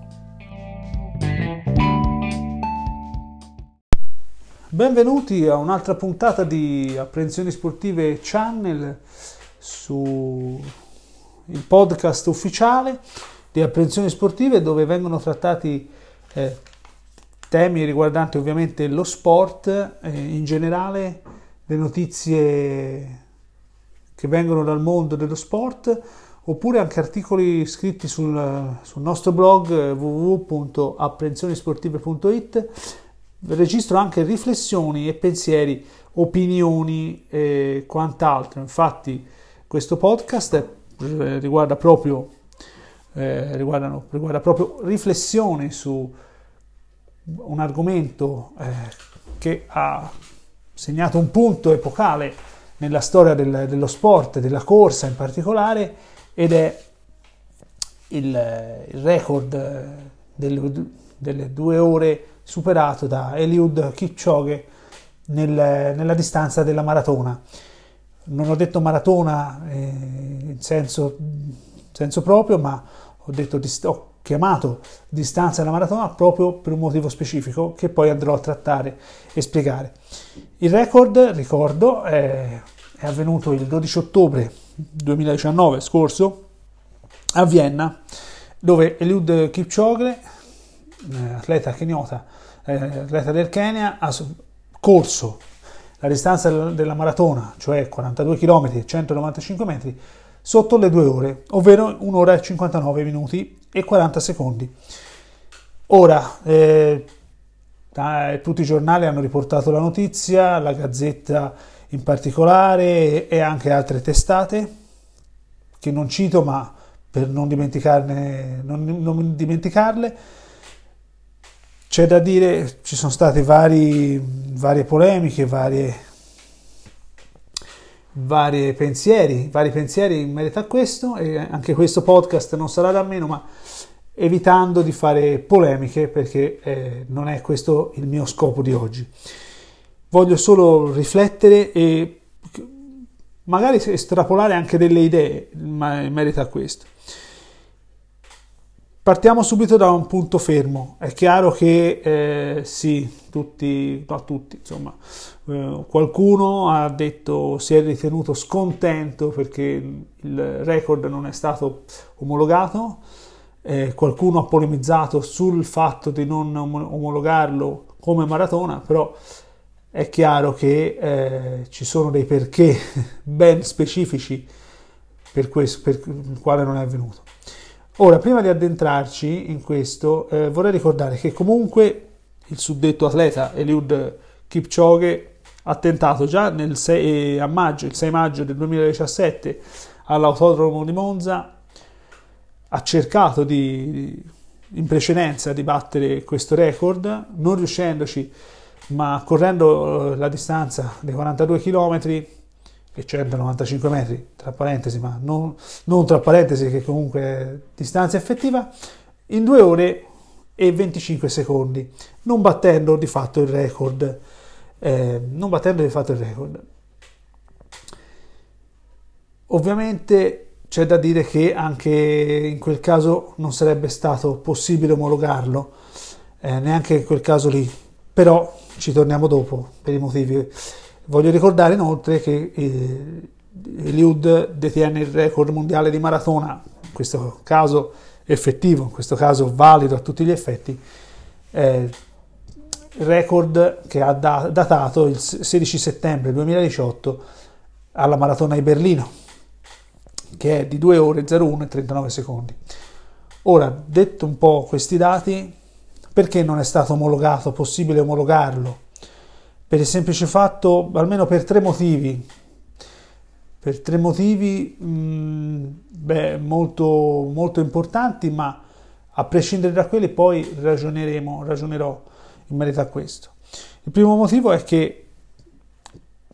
Benvenuti a un'altra puntata di Apprensioni Sportive Channel, su il podcast ufficiale di Apprensioni Sportive, dove vengono trattati temi riguardanti ovviamente lo sport, in generale le notizie che vengono dal mondo dello sport, oppure anche articoli scritti sul nostro blog www.apprensionisportive.it. Registro anche riflessioni e pensieri, opinioni e quant'altro. Infatti questo podcast riguarda proprio riflessioni su un argomento che ha segnato un punto epocale nella storia dello sport, della corsa in particolare, ed è il record delle 2 ore superato da Eliud Kipchoge nella distanza della maratona. Non ho detto maratona in senso proprio, ma ho chiamato distanza della maratona proprio per un motivo specifico che poi andrò a trattare e spiegare. Il record, ricordo, è avvenuto il 12 ottobre 2019 scorso a Vienna, dove Eliud Kipchoge, atleta del Kenya, ha corso la distanza della maratona, cioè 42 km e 195 metri, sotto le 2 ore, ovvero 1 ora e 59 minuti e 40 secondi. Ora, tutti i giornali hanno riportato la notizia, la Gazzetta in particolare e anche altre testate, che non cito ma per non dimenticarle. C'è da dire, ci sono state varie polemiche, vari pensieri in merito a questo, e anche questo podcast non sarà da meno, ma evitando di fare polemiche, perché non è questo il mio scopo di oggi. Voglio solo riflettere e magari estrapolare anche delle idee in merito a questo. Partiamo subito da un punto fermo. È chiaro che qualcuno ha detto, si è ritenuto scontento perché il record non è stato omologato, qualcuno ha polemizzato sul fatto di non omologarlo come maratona, però è chiaro che ci sono dei perché ben specifici per il quale non è avvenuto. Ora, prima di addentrarci in questo, vorrei ricordare che comunque il suddetto atleta Eliud Kipchoge ha tentato già il 6 maggio del 2017 all'autodromo di Monza, ha cercato in precedenza di battere questo record, non riuscendoci, ma correndo la distanza dei 42 km e 195 metri, tra parentesi, ma non tra parentesi, che comunque è distanza effettiva, in 2 ore e 25 secondi, non battendo di fatto il record. Ovviamente c'è da dire che anche in quel caso non sarebbe stato possibile omologarlo, neanche in quel caso lì, però ci torniamo dopo per i motivi. Voglio ricordare inoltre che Eliud detiene il record mondiale di maratona, in questo caso effettivo, in questo caso valido a tutti gli effetti, record che ha datato il 16 settembre 2018 alla maratona di Berlino, che è di 2 ore 01 e 39 secondi. Ora, detto un po' questi dati, perché non è stato possibile omologarlo? Per il semplice fatto, almeno per 3 motivi, molto, molto importanti, ma a prescindere da quelli poi ragionerò in merito a questo. Il primo motivo è che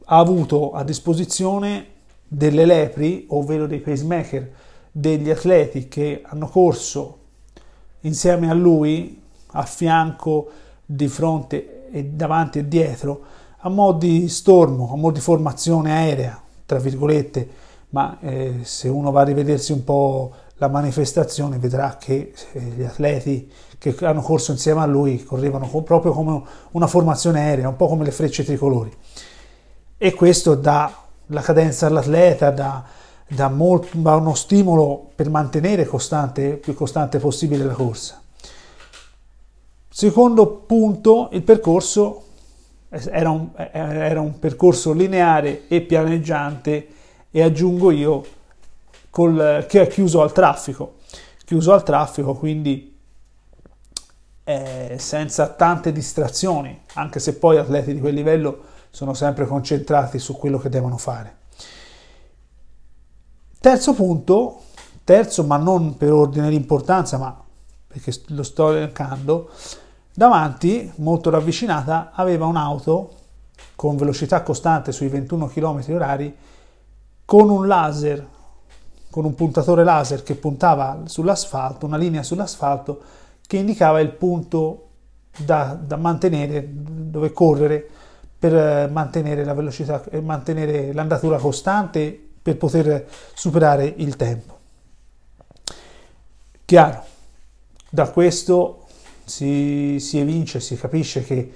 ha avuto a disposizione delle lepri, ovvero dei pacemaker, degli atleti che hanno corso insieme a lui, a fianco, di fronte e davanti e dietro, a mo' di stormo, a mo' di formazione aerea, tra virgolette, ma se uno va a rivedersi un po' la manifestazione vedrà che gli atleti che hanno corso insieme a lui correvano proprio come una formazione aerea, un po' come le frecce tricolori. E questo dà la cadenza all'atleta, dà uno stimolo per mantenere più costante possibile la corsa. Secondo punto, il percorso era un percorso lineare e pianeggiante, e aggiungo io che è chiuso al traffico, quindi senza tante distrazioni, anche se poi atleti di quel livello sono sempre concentrati su quello che devono fare. Terzo punto, ma non per ordine di importanza, ma perché lo sto elencando, davanti, molto ravvicinata, aveva un'auto con velocità costante sui 21 km/h con un laser, con un puntatore laser che puntava sull'asfalto, una linea sull'asfalto che indicava il punto da mantenere, dove correre per mantenere la velocità e mantenere l'andatura costante per poter superare il tempo. Chiaro, da questo si evince, si capisce che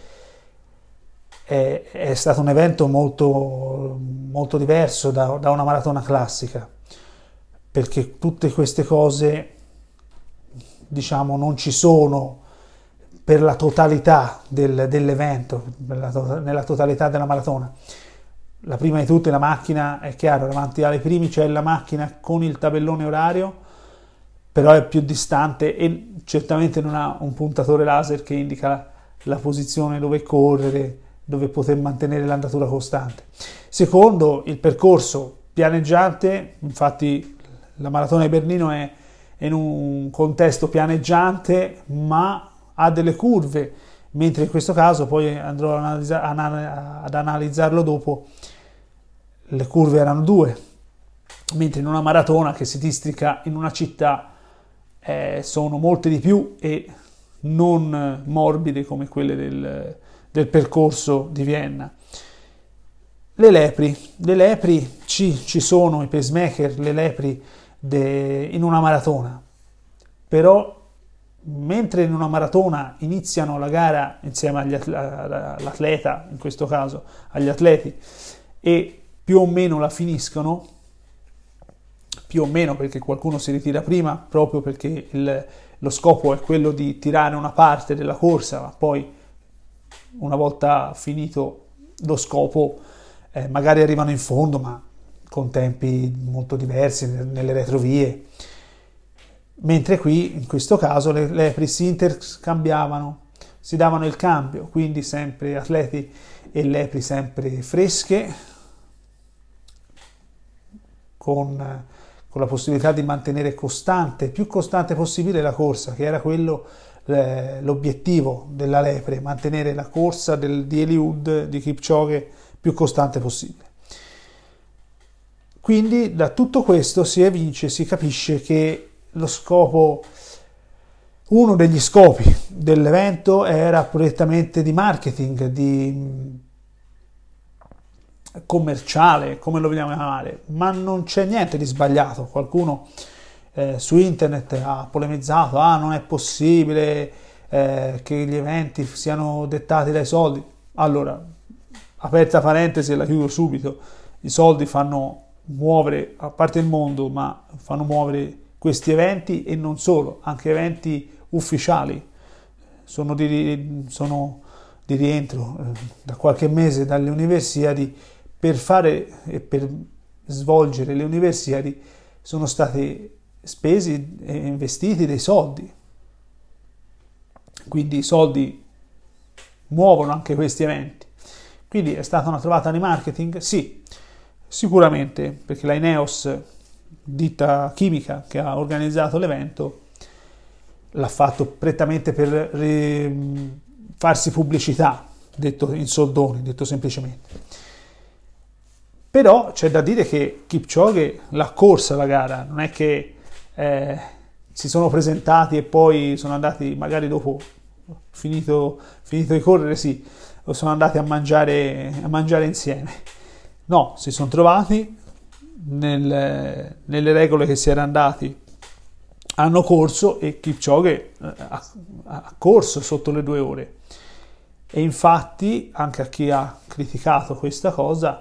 è stato un evento molto, molto diverso da una maratona classica, perché tutte queste cose, diciamo, non ci sono per la totalità dell'evento, nella totalità della maratona. La prima di tutte, la macchina, è chiaro, davanti ai primi c'è la macchina con il tabellone orario, però è più distante e certamente non ha un puntatore laser che indica la posizione dove correre, dove poter mantenere l'andatura costante. Secondo, il percorso pianeggiante, infatti la maratona di Berlino è in un contesto pianeggiante, ma ha delle curve, mentre in questo caso, poi andrò ad analizzarlo dopo, le curve erano 2, mentre in una maratona che si districa in una città sono molte di più e non morbide come quelle del percorso di Vienna. Le lepri ci sono i pacemaker, le lepri in una maratona, però mentre in una maratona iniziano la gara insieme all'atleta, in questo caso agli atleti, e più o meno la finiscono, più o meno perché qualcuno si ritira prima, proprio perché lo scopo è quello di tirare una parte della corsa, ma poi una volta finito lo scopo magari arrivano in fondo, ma con tempi molto diversi nelle retrovie. Mentre qui, in questo caso, le lepri si interscambiavano, si davano il cambio, quindi sempre atleti e lepri sempre fresche, con la possibilità di mantenere più costante possibile la corsa, che era quello l'obiettivo della lepre, mantenere la corsa di Eliud, di Kipchoge, più costante possibile. Quindi da tutto questo si evince, si capisce che uno degli scopi dell'evento era prettamente di marketing, di commerciale, come lo vogliamo chiamare, ma non c'è niente di sbagliato. Qualcuno su internet ha polemizzato: non è possibile che gli eventi siano dettati dai soldi. Allora, aperta parentesi e la chiudo subito, i soldi fanno muovere, a parte il mondo, ma fanno muovere questi eventi, e non solo, anche eventi ufficiali sono di rientro da qualche mese dalle Universiadi. Per fare e per svolgere le Universiadi sono stati spesi e investiti dei soldi, quindi i soldi muovono anche questi eventi. Quindi è stata una trovata di marketing? Sì, sicuramente, perché la Ineos, ditta chimica che ha organizzato l'evento, l'ha fatto prettamente per farsi pubblicità, detto in soldoni, detto semplicemente. Però c'è da dire che Kipchoge l'ha corsa la gara, non è che si sono presentati e poi sono andati, magari dopo finito di correre, sì, o sono andati a mangiare insieme. No, si sono trovati nelle regole che si era andati, hanno corso, e Kipchoge ha corso sotto le 2 ore. E infatti, anche a chi ha criticato questa cosa,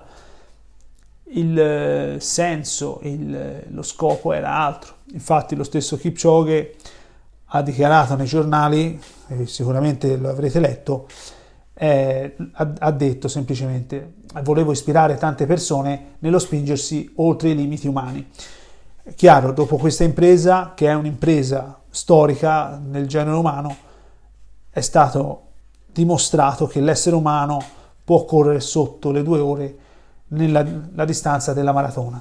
il senso, lo scopo era altro. Infatti lo stesso Kipchoge ha dichiarato nei giornali, sicuramente lo avrete letto, ha detto semplicemente: volevo ispirare tante persone nello spingersi oltre i limiti umani. Chiaro, dopo questa impresa, che è un'impresa storica nel genere umano, è stato dimostrato che l'essere umano può correre sotto le 2 ore nella distanza della maratona.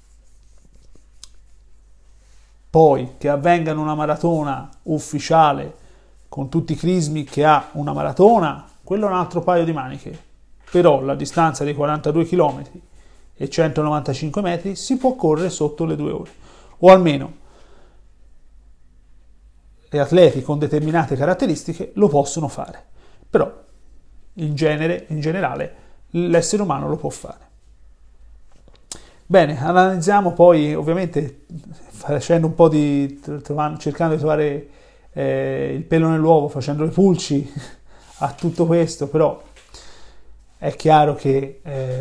Poi che avvenga in una maratona ufficiale con tutti i crismi che ha una maratona, quello è un altro paio di maniche. Però la distanza di 42 km e 195 metri si può correre sotto le 2 ore, o almeno gli atleti con determinate caratteristiche lo possono fare. Però in generale l'essere umano lo può fare. Bene, analizziamo poi, ovviamente facendo un po' cercando di trovare il pelo nell'uovo, facendo le pulci a tutto questo, però è chiaro che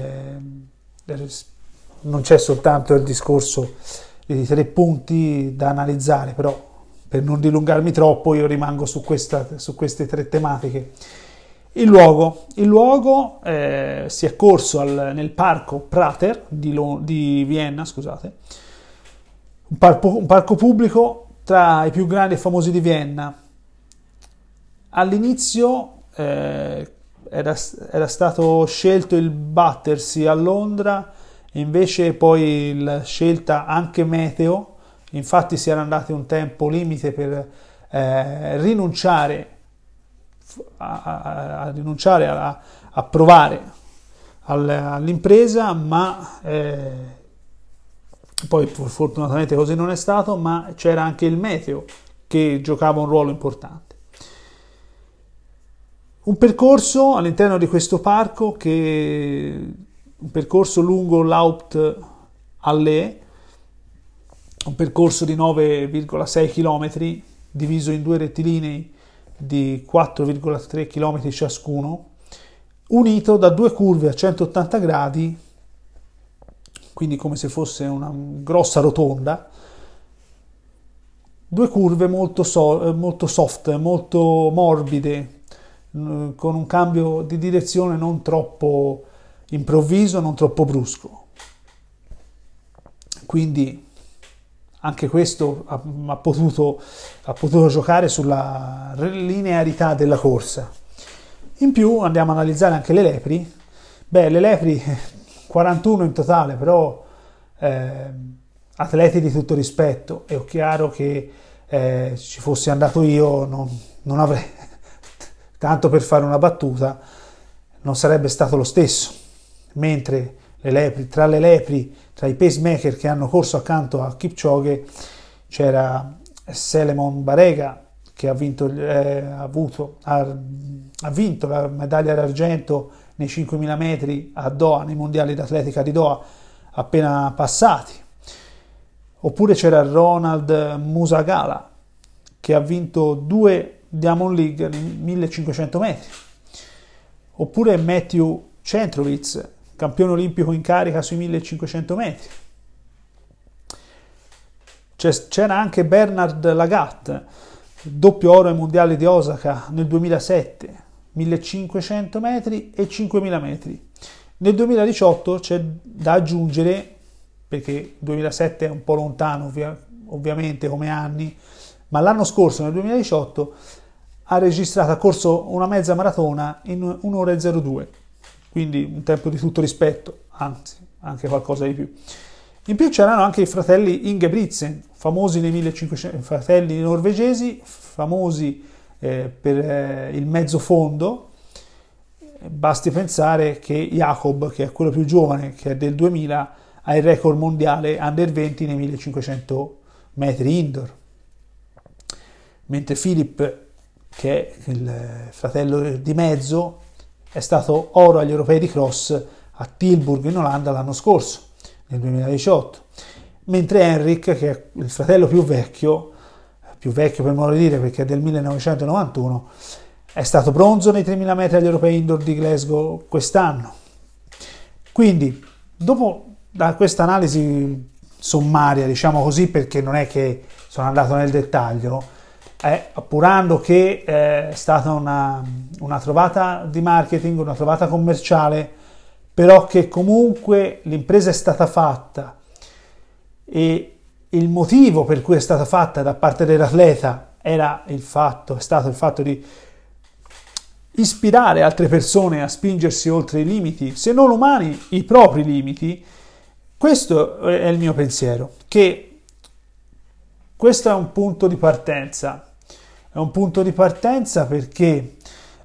non c'è soltanto il discorso di 3 punti da analizzare, però per non dilungarmi troppo io rimango su queste 3 tematiche. Il luogo si è corso nel parco Prater di Vienna, scusate, un parco pubblico tra i più grandi e famosi di Vienna. All'inizio era stato scelto il battersi a Londra, e invece poi la scelta anche meteo, infatti si era andati un tempo limite per rinunciare a provare all'impresa, ma poi fortunatamente così non è stato, ma c'era anche il meteo che giocava un ruolo importante. Un percorso all'interno di questo parco, un percorso lungo l'Haupt Allee, un percorso di 9,6 km diviso in 2 rettilinei di 4,3 km ciascuno, unito da 2 curve a 180 gradi, quindi come se fosse una grossa rotonda, 2 curve molto soft, molto morbide, con un cambio di direzione non troppo improvviso, non troppo brusco. Quindi anche questo ha potuto giocare sulla linearità della corsa. In più andiamo a analizzare anche le lepri. Le lepri 41 in totale, però atleti di tutto rispetto. È chiaro che ci fossi andato io non avrei, tanto per fare una battuta, non sarebbe stato lo stesso. Mentre tra i pacemaker che hanno corso accanto a Kipchoge c'era Selemon Barega, che ha vinto la medaglia d'argento nei 5.000 metri a Doha, nei mondiali d'atletica di Doha appena passati. Oppure c'era Ronald Musagala, che ha vinto 2 Diamond League nei 1.500 metri. Oppure Matthew Centrowitz, campione olimpico in carica sui 1.500 metri. C'era anche Bernard Lagat, doppio oro ai mondiali di Osaka nel 2007, 1.500 metri e 5.000 metri. Nel 2018 c'è da aggiungere, perché il 2007 è un po' lontano ovviamente come anni, ma l'anno scorso, nel 2018, ha corso una mezza maratona in 1 ora e 02, quindi un tempo di tutto rispetto, anzi anche qualcosa di più. In più c'erano anche i fratelli Ingebrigtsen, famosi nei 1500, fratelli norvegesi, famosi per il mezzo fondo, basti pensare che Jacob, che è quello più giovane, che è del 2000, ha il record mondiale under 20 nei 1500 metri indoor, mentre Philipp, che è il fratello di mezzo, è stato oro agli europei di cross a Tilburg in Olanda l'anno scorso, nel 2018, mentre Henrik, che è il fratello più vecchio per modo di dire perché è del 1991, è stato bronzo nei 3000 metri agli europei indoor di Glasgow quest'anno. Quindi, dopo da questa analisi sommaria, diciamo così, perché non è che sono andato nel dettaglio, appurando che è stata una trovata di marketing, una trovata commerciale, però che comunque l'impresa è stata fatta e il motivo per cui è stata fatta da parte dell'atleta è stato il fatto di ispirare altre persone a spingersi oltre i limiti, se non umani, i propri limiti. Questo è il mio pensiero, che questo è un punto di partenza. È un punto di partenza perché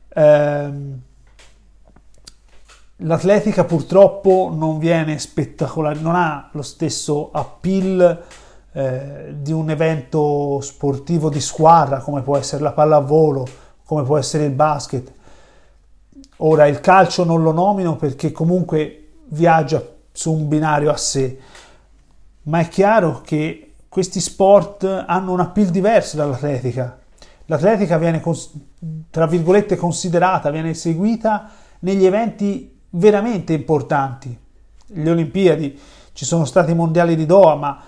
l'atletica purtroppo non viene spettacolare, non ha lo stesso appeal di un evento sportivo di squadra come può essere la pallavolo, come può essere il basket. Ora il calcio non lo nomino perché comunque viaggia su un binario a sé, ma è chiaro che questi sport hanno un appeal diverso dall'atletica. L'atletica viene, tra virgolette, considerata, viene seguita negli eventi veramente importanti. Le Olimpiadi, ci sono stati i mondiali di Doha, ma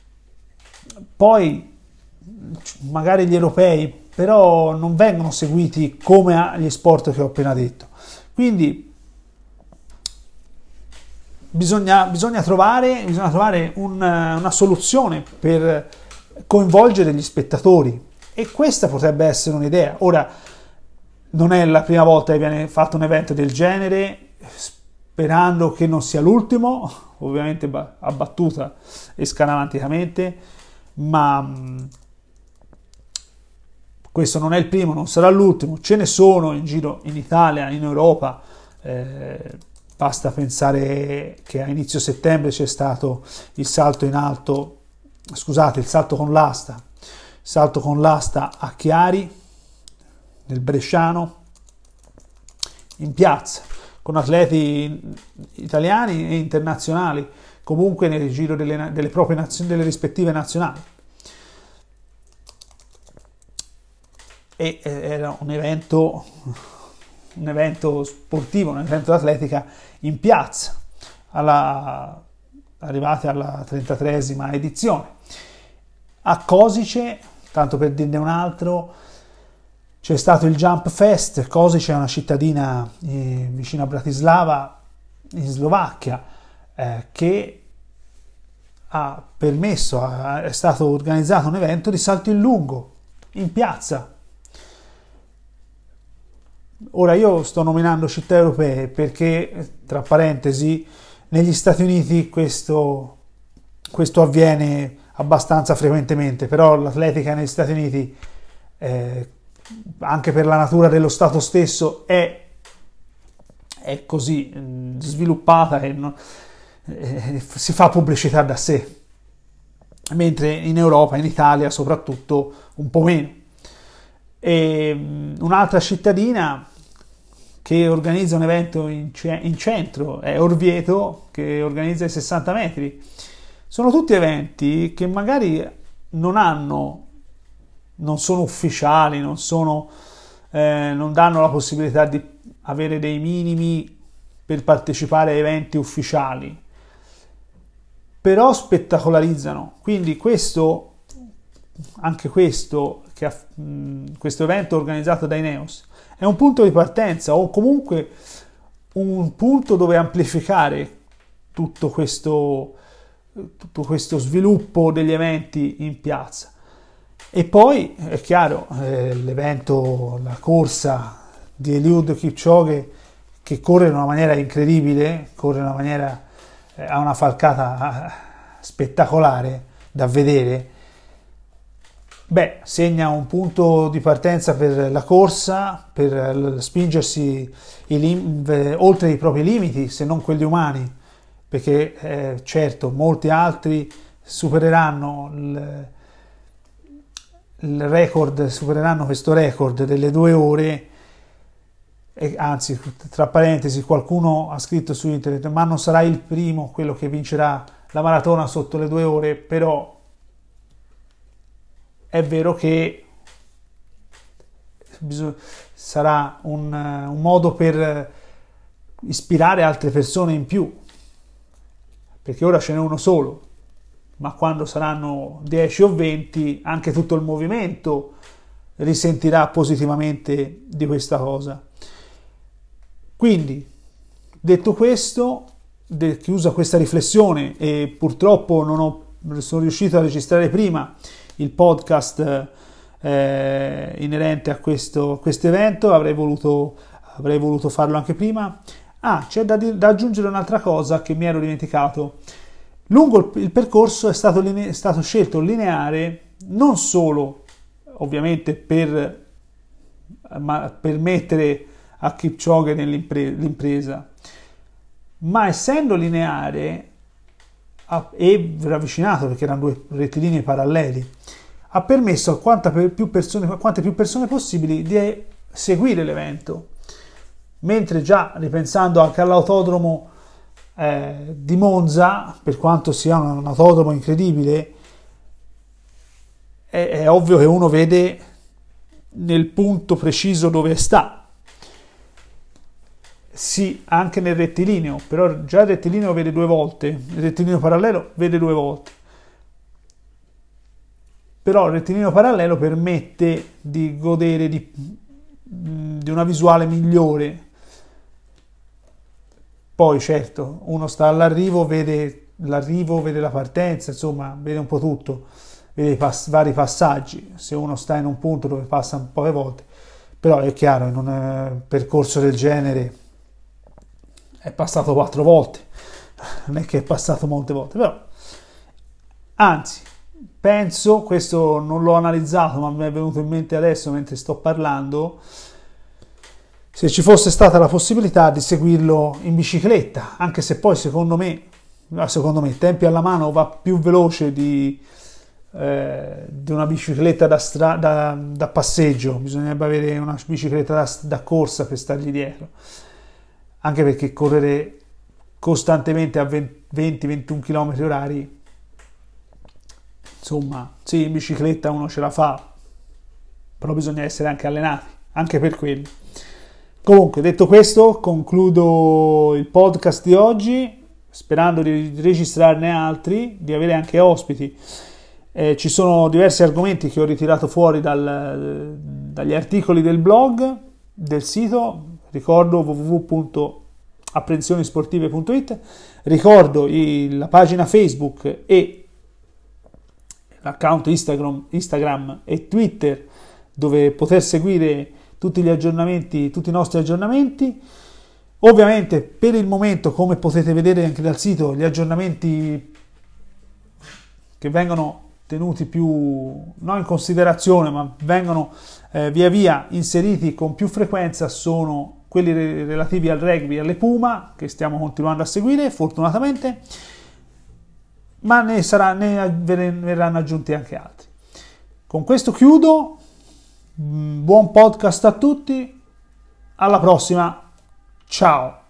poi magari gli europei, però non vengono seguiti come gli sport che ho appena detto. Quindi bisogna trovare una soluzione per coinvolgere gli spettatori, e questa potrebbe essere un'idea. Ora, non è la prima volta che viene fatto un evento del genere, sperando che non sia l'ultimo, ovviamente abbattuta e scaramanticamente, ma questo non è il primo, non sarà l'ultimo, ce ne sono in giro in Italia, in Europa. Basta pensare che a inizio settembre c'è stato il salto con l'asta a Chiari, nel Bresciano, in piazza, con atleti italiani e internazionali, comunque nel giro delle proprie delle rispettive nazionali. E era un evento sportivo, un evento d'atletica in piazza, arrivati alla 33esima edizione. A Košice, tanto per dirne un altro, c'è stato il Jump Fest. Košice è una cittadina vicino a Bratislava, in Slovacchia, che ha permesso, è stato organizzato un evento di salto in lungo, in piazza. Ora io sto nominando città europee perché, tra parentesi, negli Stati Uniti questo avviene abbastanza frequentemente, però l'atletica negli Stati Uniti, anche per la natura dello Stato stesso, è così sviluppata e si fa pubblicità da sé, mentre in Europa, in Italia soprattutto, un po' meno. E un'altra cittadina che organizza un evento in centro è Orvieto, che organizza i 60 metri. Sono tutti eventi che magari non sono ufficiali, non danno la possibilità di avere dei minimi per partecipare a eventi ufficiali, però spettacolarizzano. Quindi questo evento organizzato da Ineos è un punto di partenza, o comunque un punto dove amplificare tutto questo sviluppo degli eventi in piazza. E poi è chiaro, la corsa di Eliud Kipchoge, che corre in una maniera incredibile, ha una falcata spettacolare da vedere. segna un punto di partenza per la corsa, per spingersi oltre i propri limiti, se non quelli umani, perché certo molti altri supereranno il record, supereranno questo record delle 2 ore, e anzi, tra parentesi, qualcuno ha scritto su internet, ma non sarà il primo quello che vincerà la maratona sotto le 2 ore, però è vero che sarà un modo per ispirare altre persone in più, perché ora ce n'è uno solo, ma quando saranno 10 o 20 anche tutto il movimento risentirà positivamente di questa cosa. Quindi, detto questo, chiusa questa riflessione, e purtroppo non sono riuscito a registrare prima il podcast inerente a questo evento, avrei voluto farlo anche prima. C'è da aggiungere un'altra cosa che mi ero dimenticato. Lungo il percorso è stato scelto lineare, non solo ovviamente per permettere a Kipchoge l'impresa, ma essendo lineare e ravvicinato, perché erano 2 rettilinei paralleli, ha permesso a quante più persone possibili di seguire l'evento, mentre già ripensando anche all'autodromo di Monza, per quanto sia un autodromo incredibile, è ovvio che uno vede nel punto preciso dove sta. Sì, anche nel rettilineo, però già il rettilineo vede 2 volte, il rettilineo parallelo vede 2 volte. Però il rettilineo parallelo permette di godere di una visuale migliore. Poi certo, uno sta all'arrivo, vede la partenza, insomma, vede un po' tutto, vede i vari passaggi. Se uno sta in un punto dove passa poche volte, però è chiaro, in un percorso del genere è passato 4 volte, non è che è passato molte volte, però anzi, penso, questo non l'ho analizzato, ma mi è venuto in mente adesso mentre sto parlando, se ci fosse stata la possibilità di seguirlo in bicicletta, anche se poi secondo me tempi alla mano va più veloce di una bicicletta da passeggio, bisognerebbe avere una bicicletta da corsa per stargli dietro, anche perché correre costantemente a 20-21 km orari, insomma, sì, in bicicletta uno ce la fa, però bisogna essere anche allenati, anche per quello. Comunque, detto questo, concludo il podcast di oggi, sperando di registrarne altri, di avere anche ospiti. Ci sono diversi argomenti che ho ritirato fuori dagli articoli del blog, del sito, ricordo www.apprensionisportive.it, ricordo la pagina Facebook e l'account Instagram e Twitter, dove poter seguire tutti i nostri aggiornamenti. Ovviamente per il momento, come potete vedere anche dal sito, gli aggiornamenti che vengono tenuti più non in considerazione, ma vengono via via inseriti con più frequenza sono quelli relativi al rugby e alle Puma, che stiamo continuando a seguire fortunatamente, ma ne verranno aggiunti anche altri. Con questo chiudo, buon podcast a tutti, alla prossima, ciao!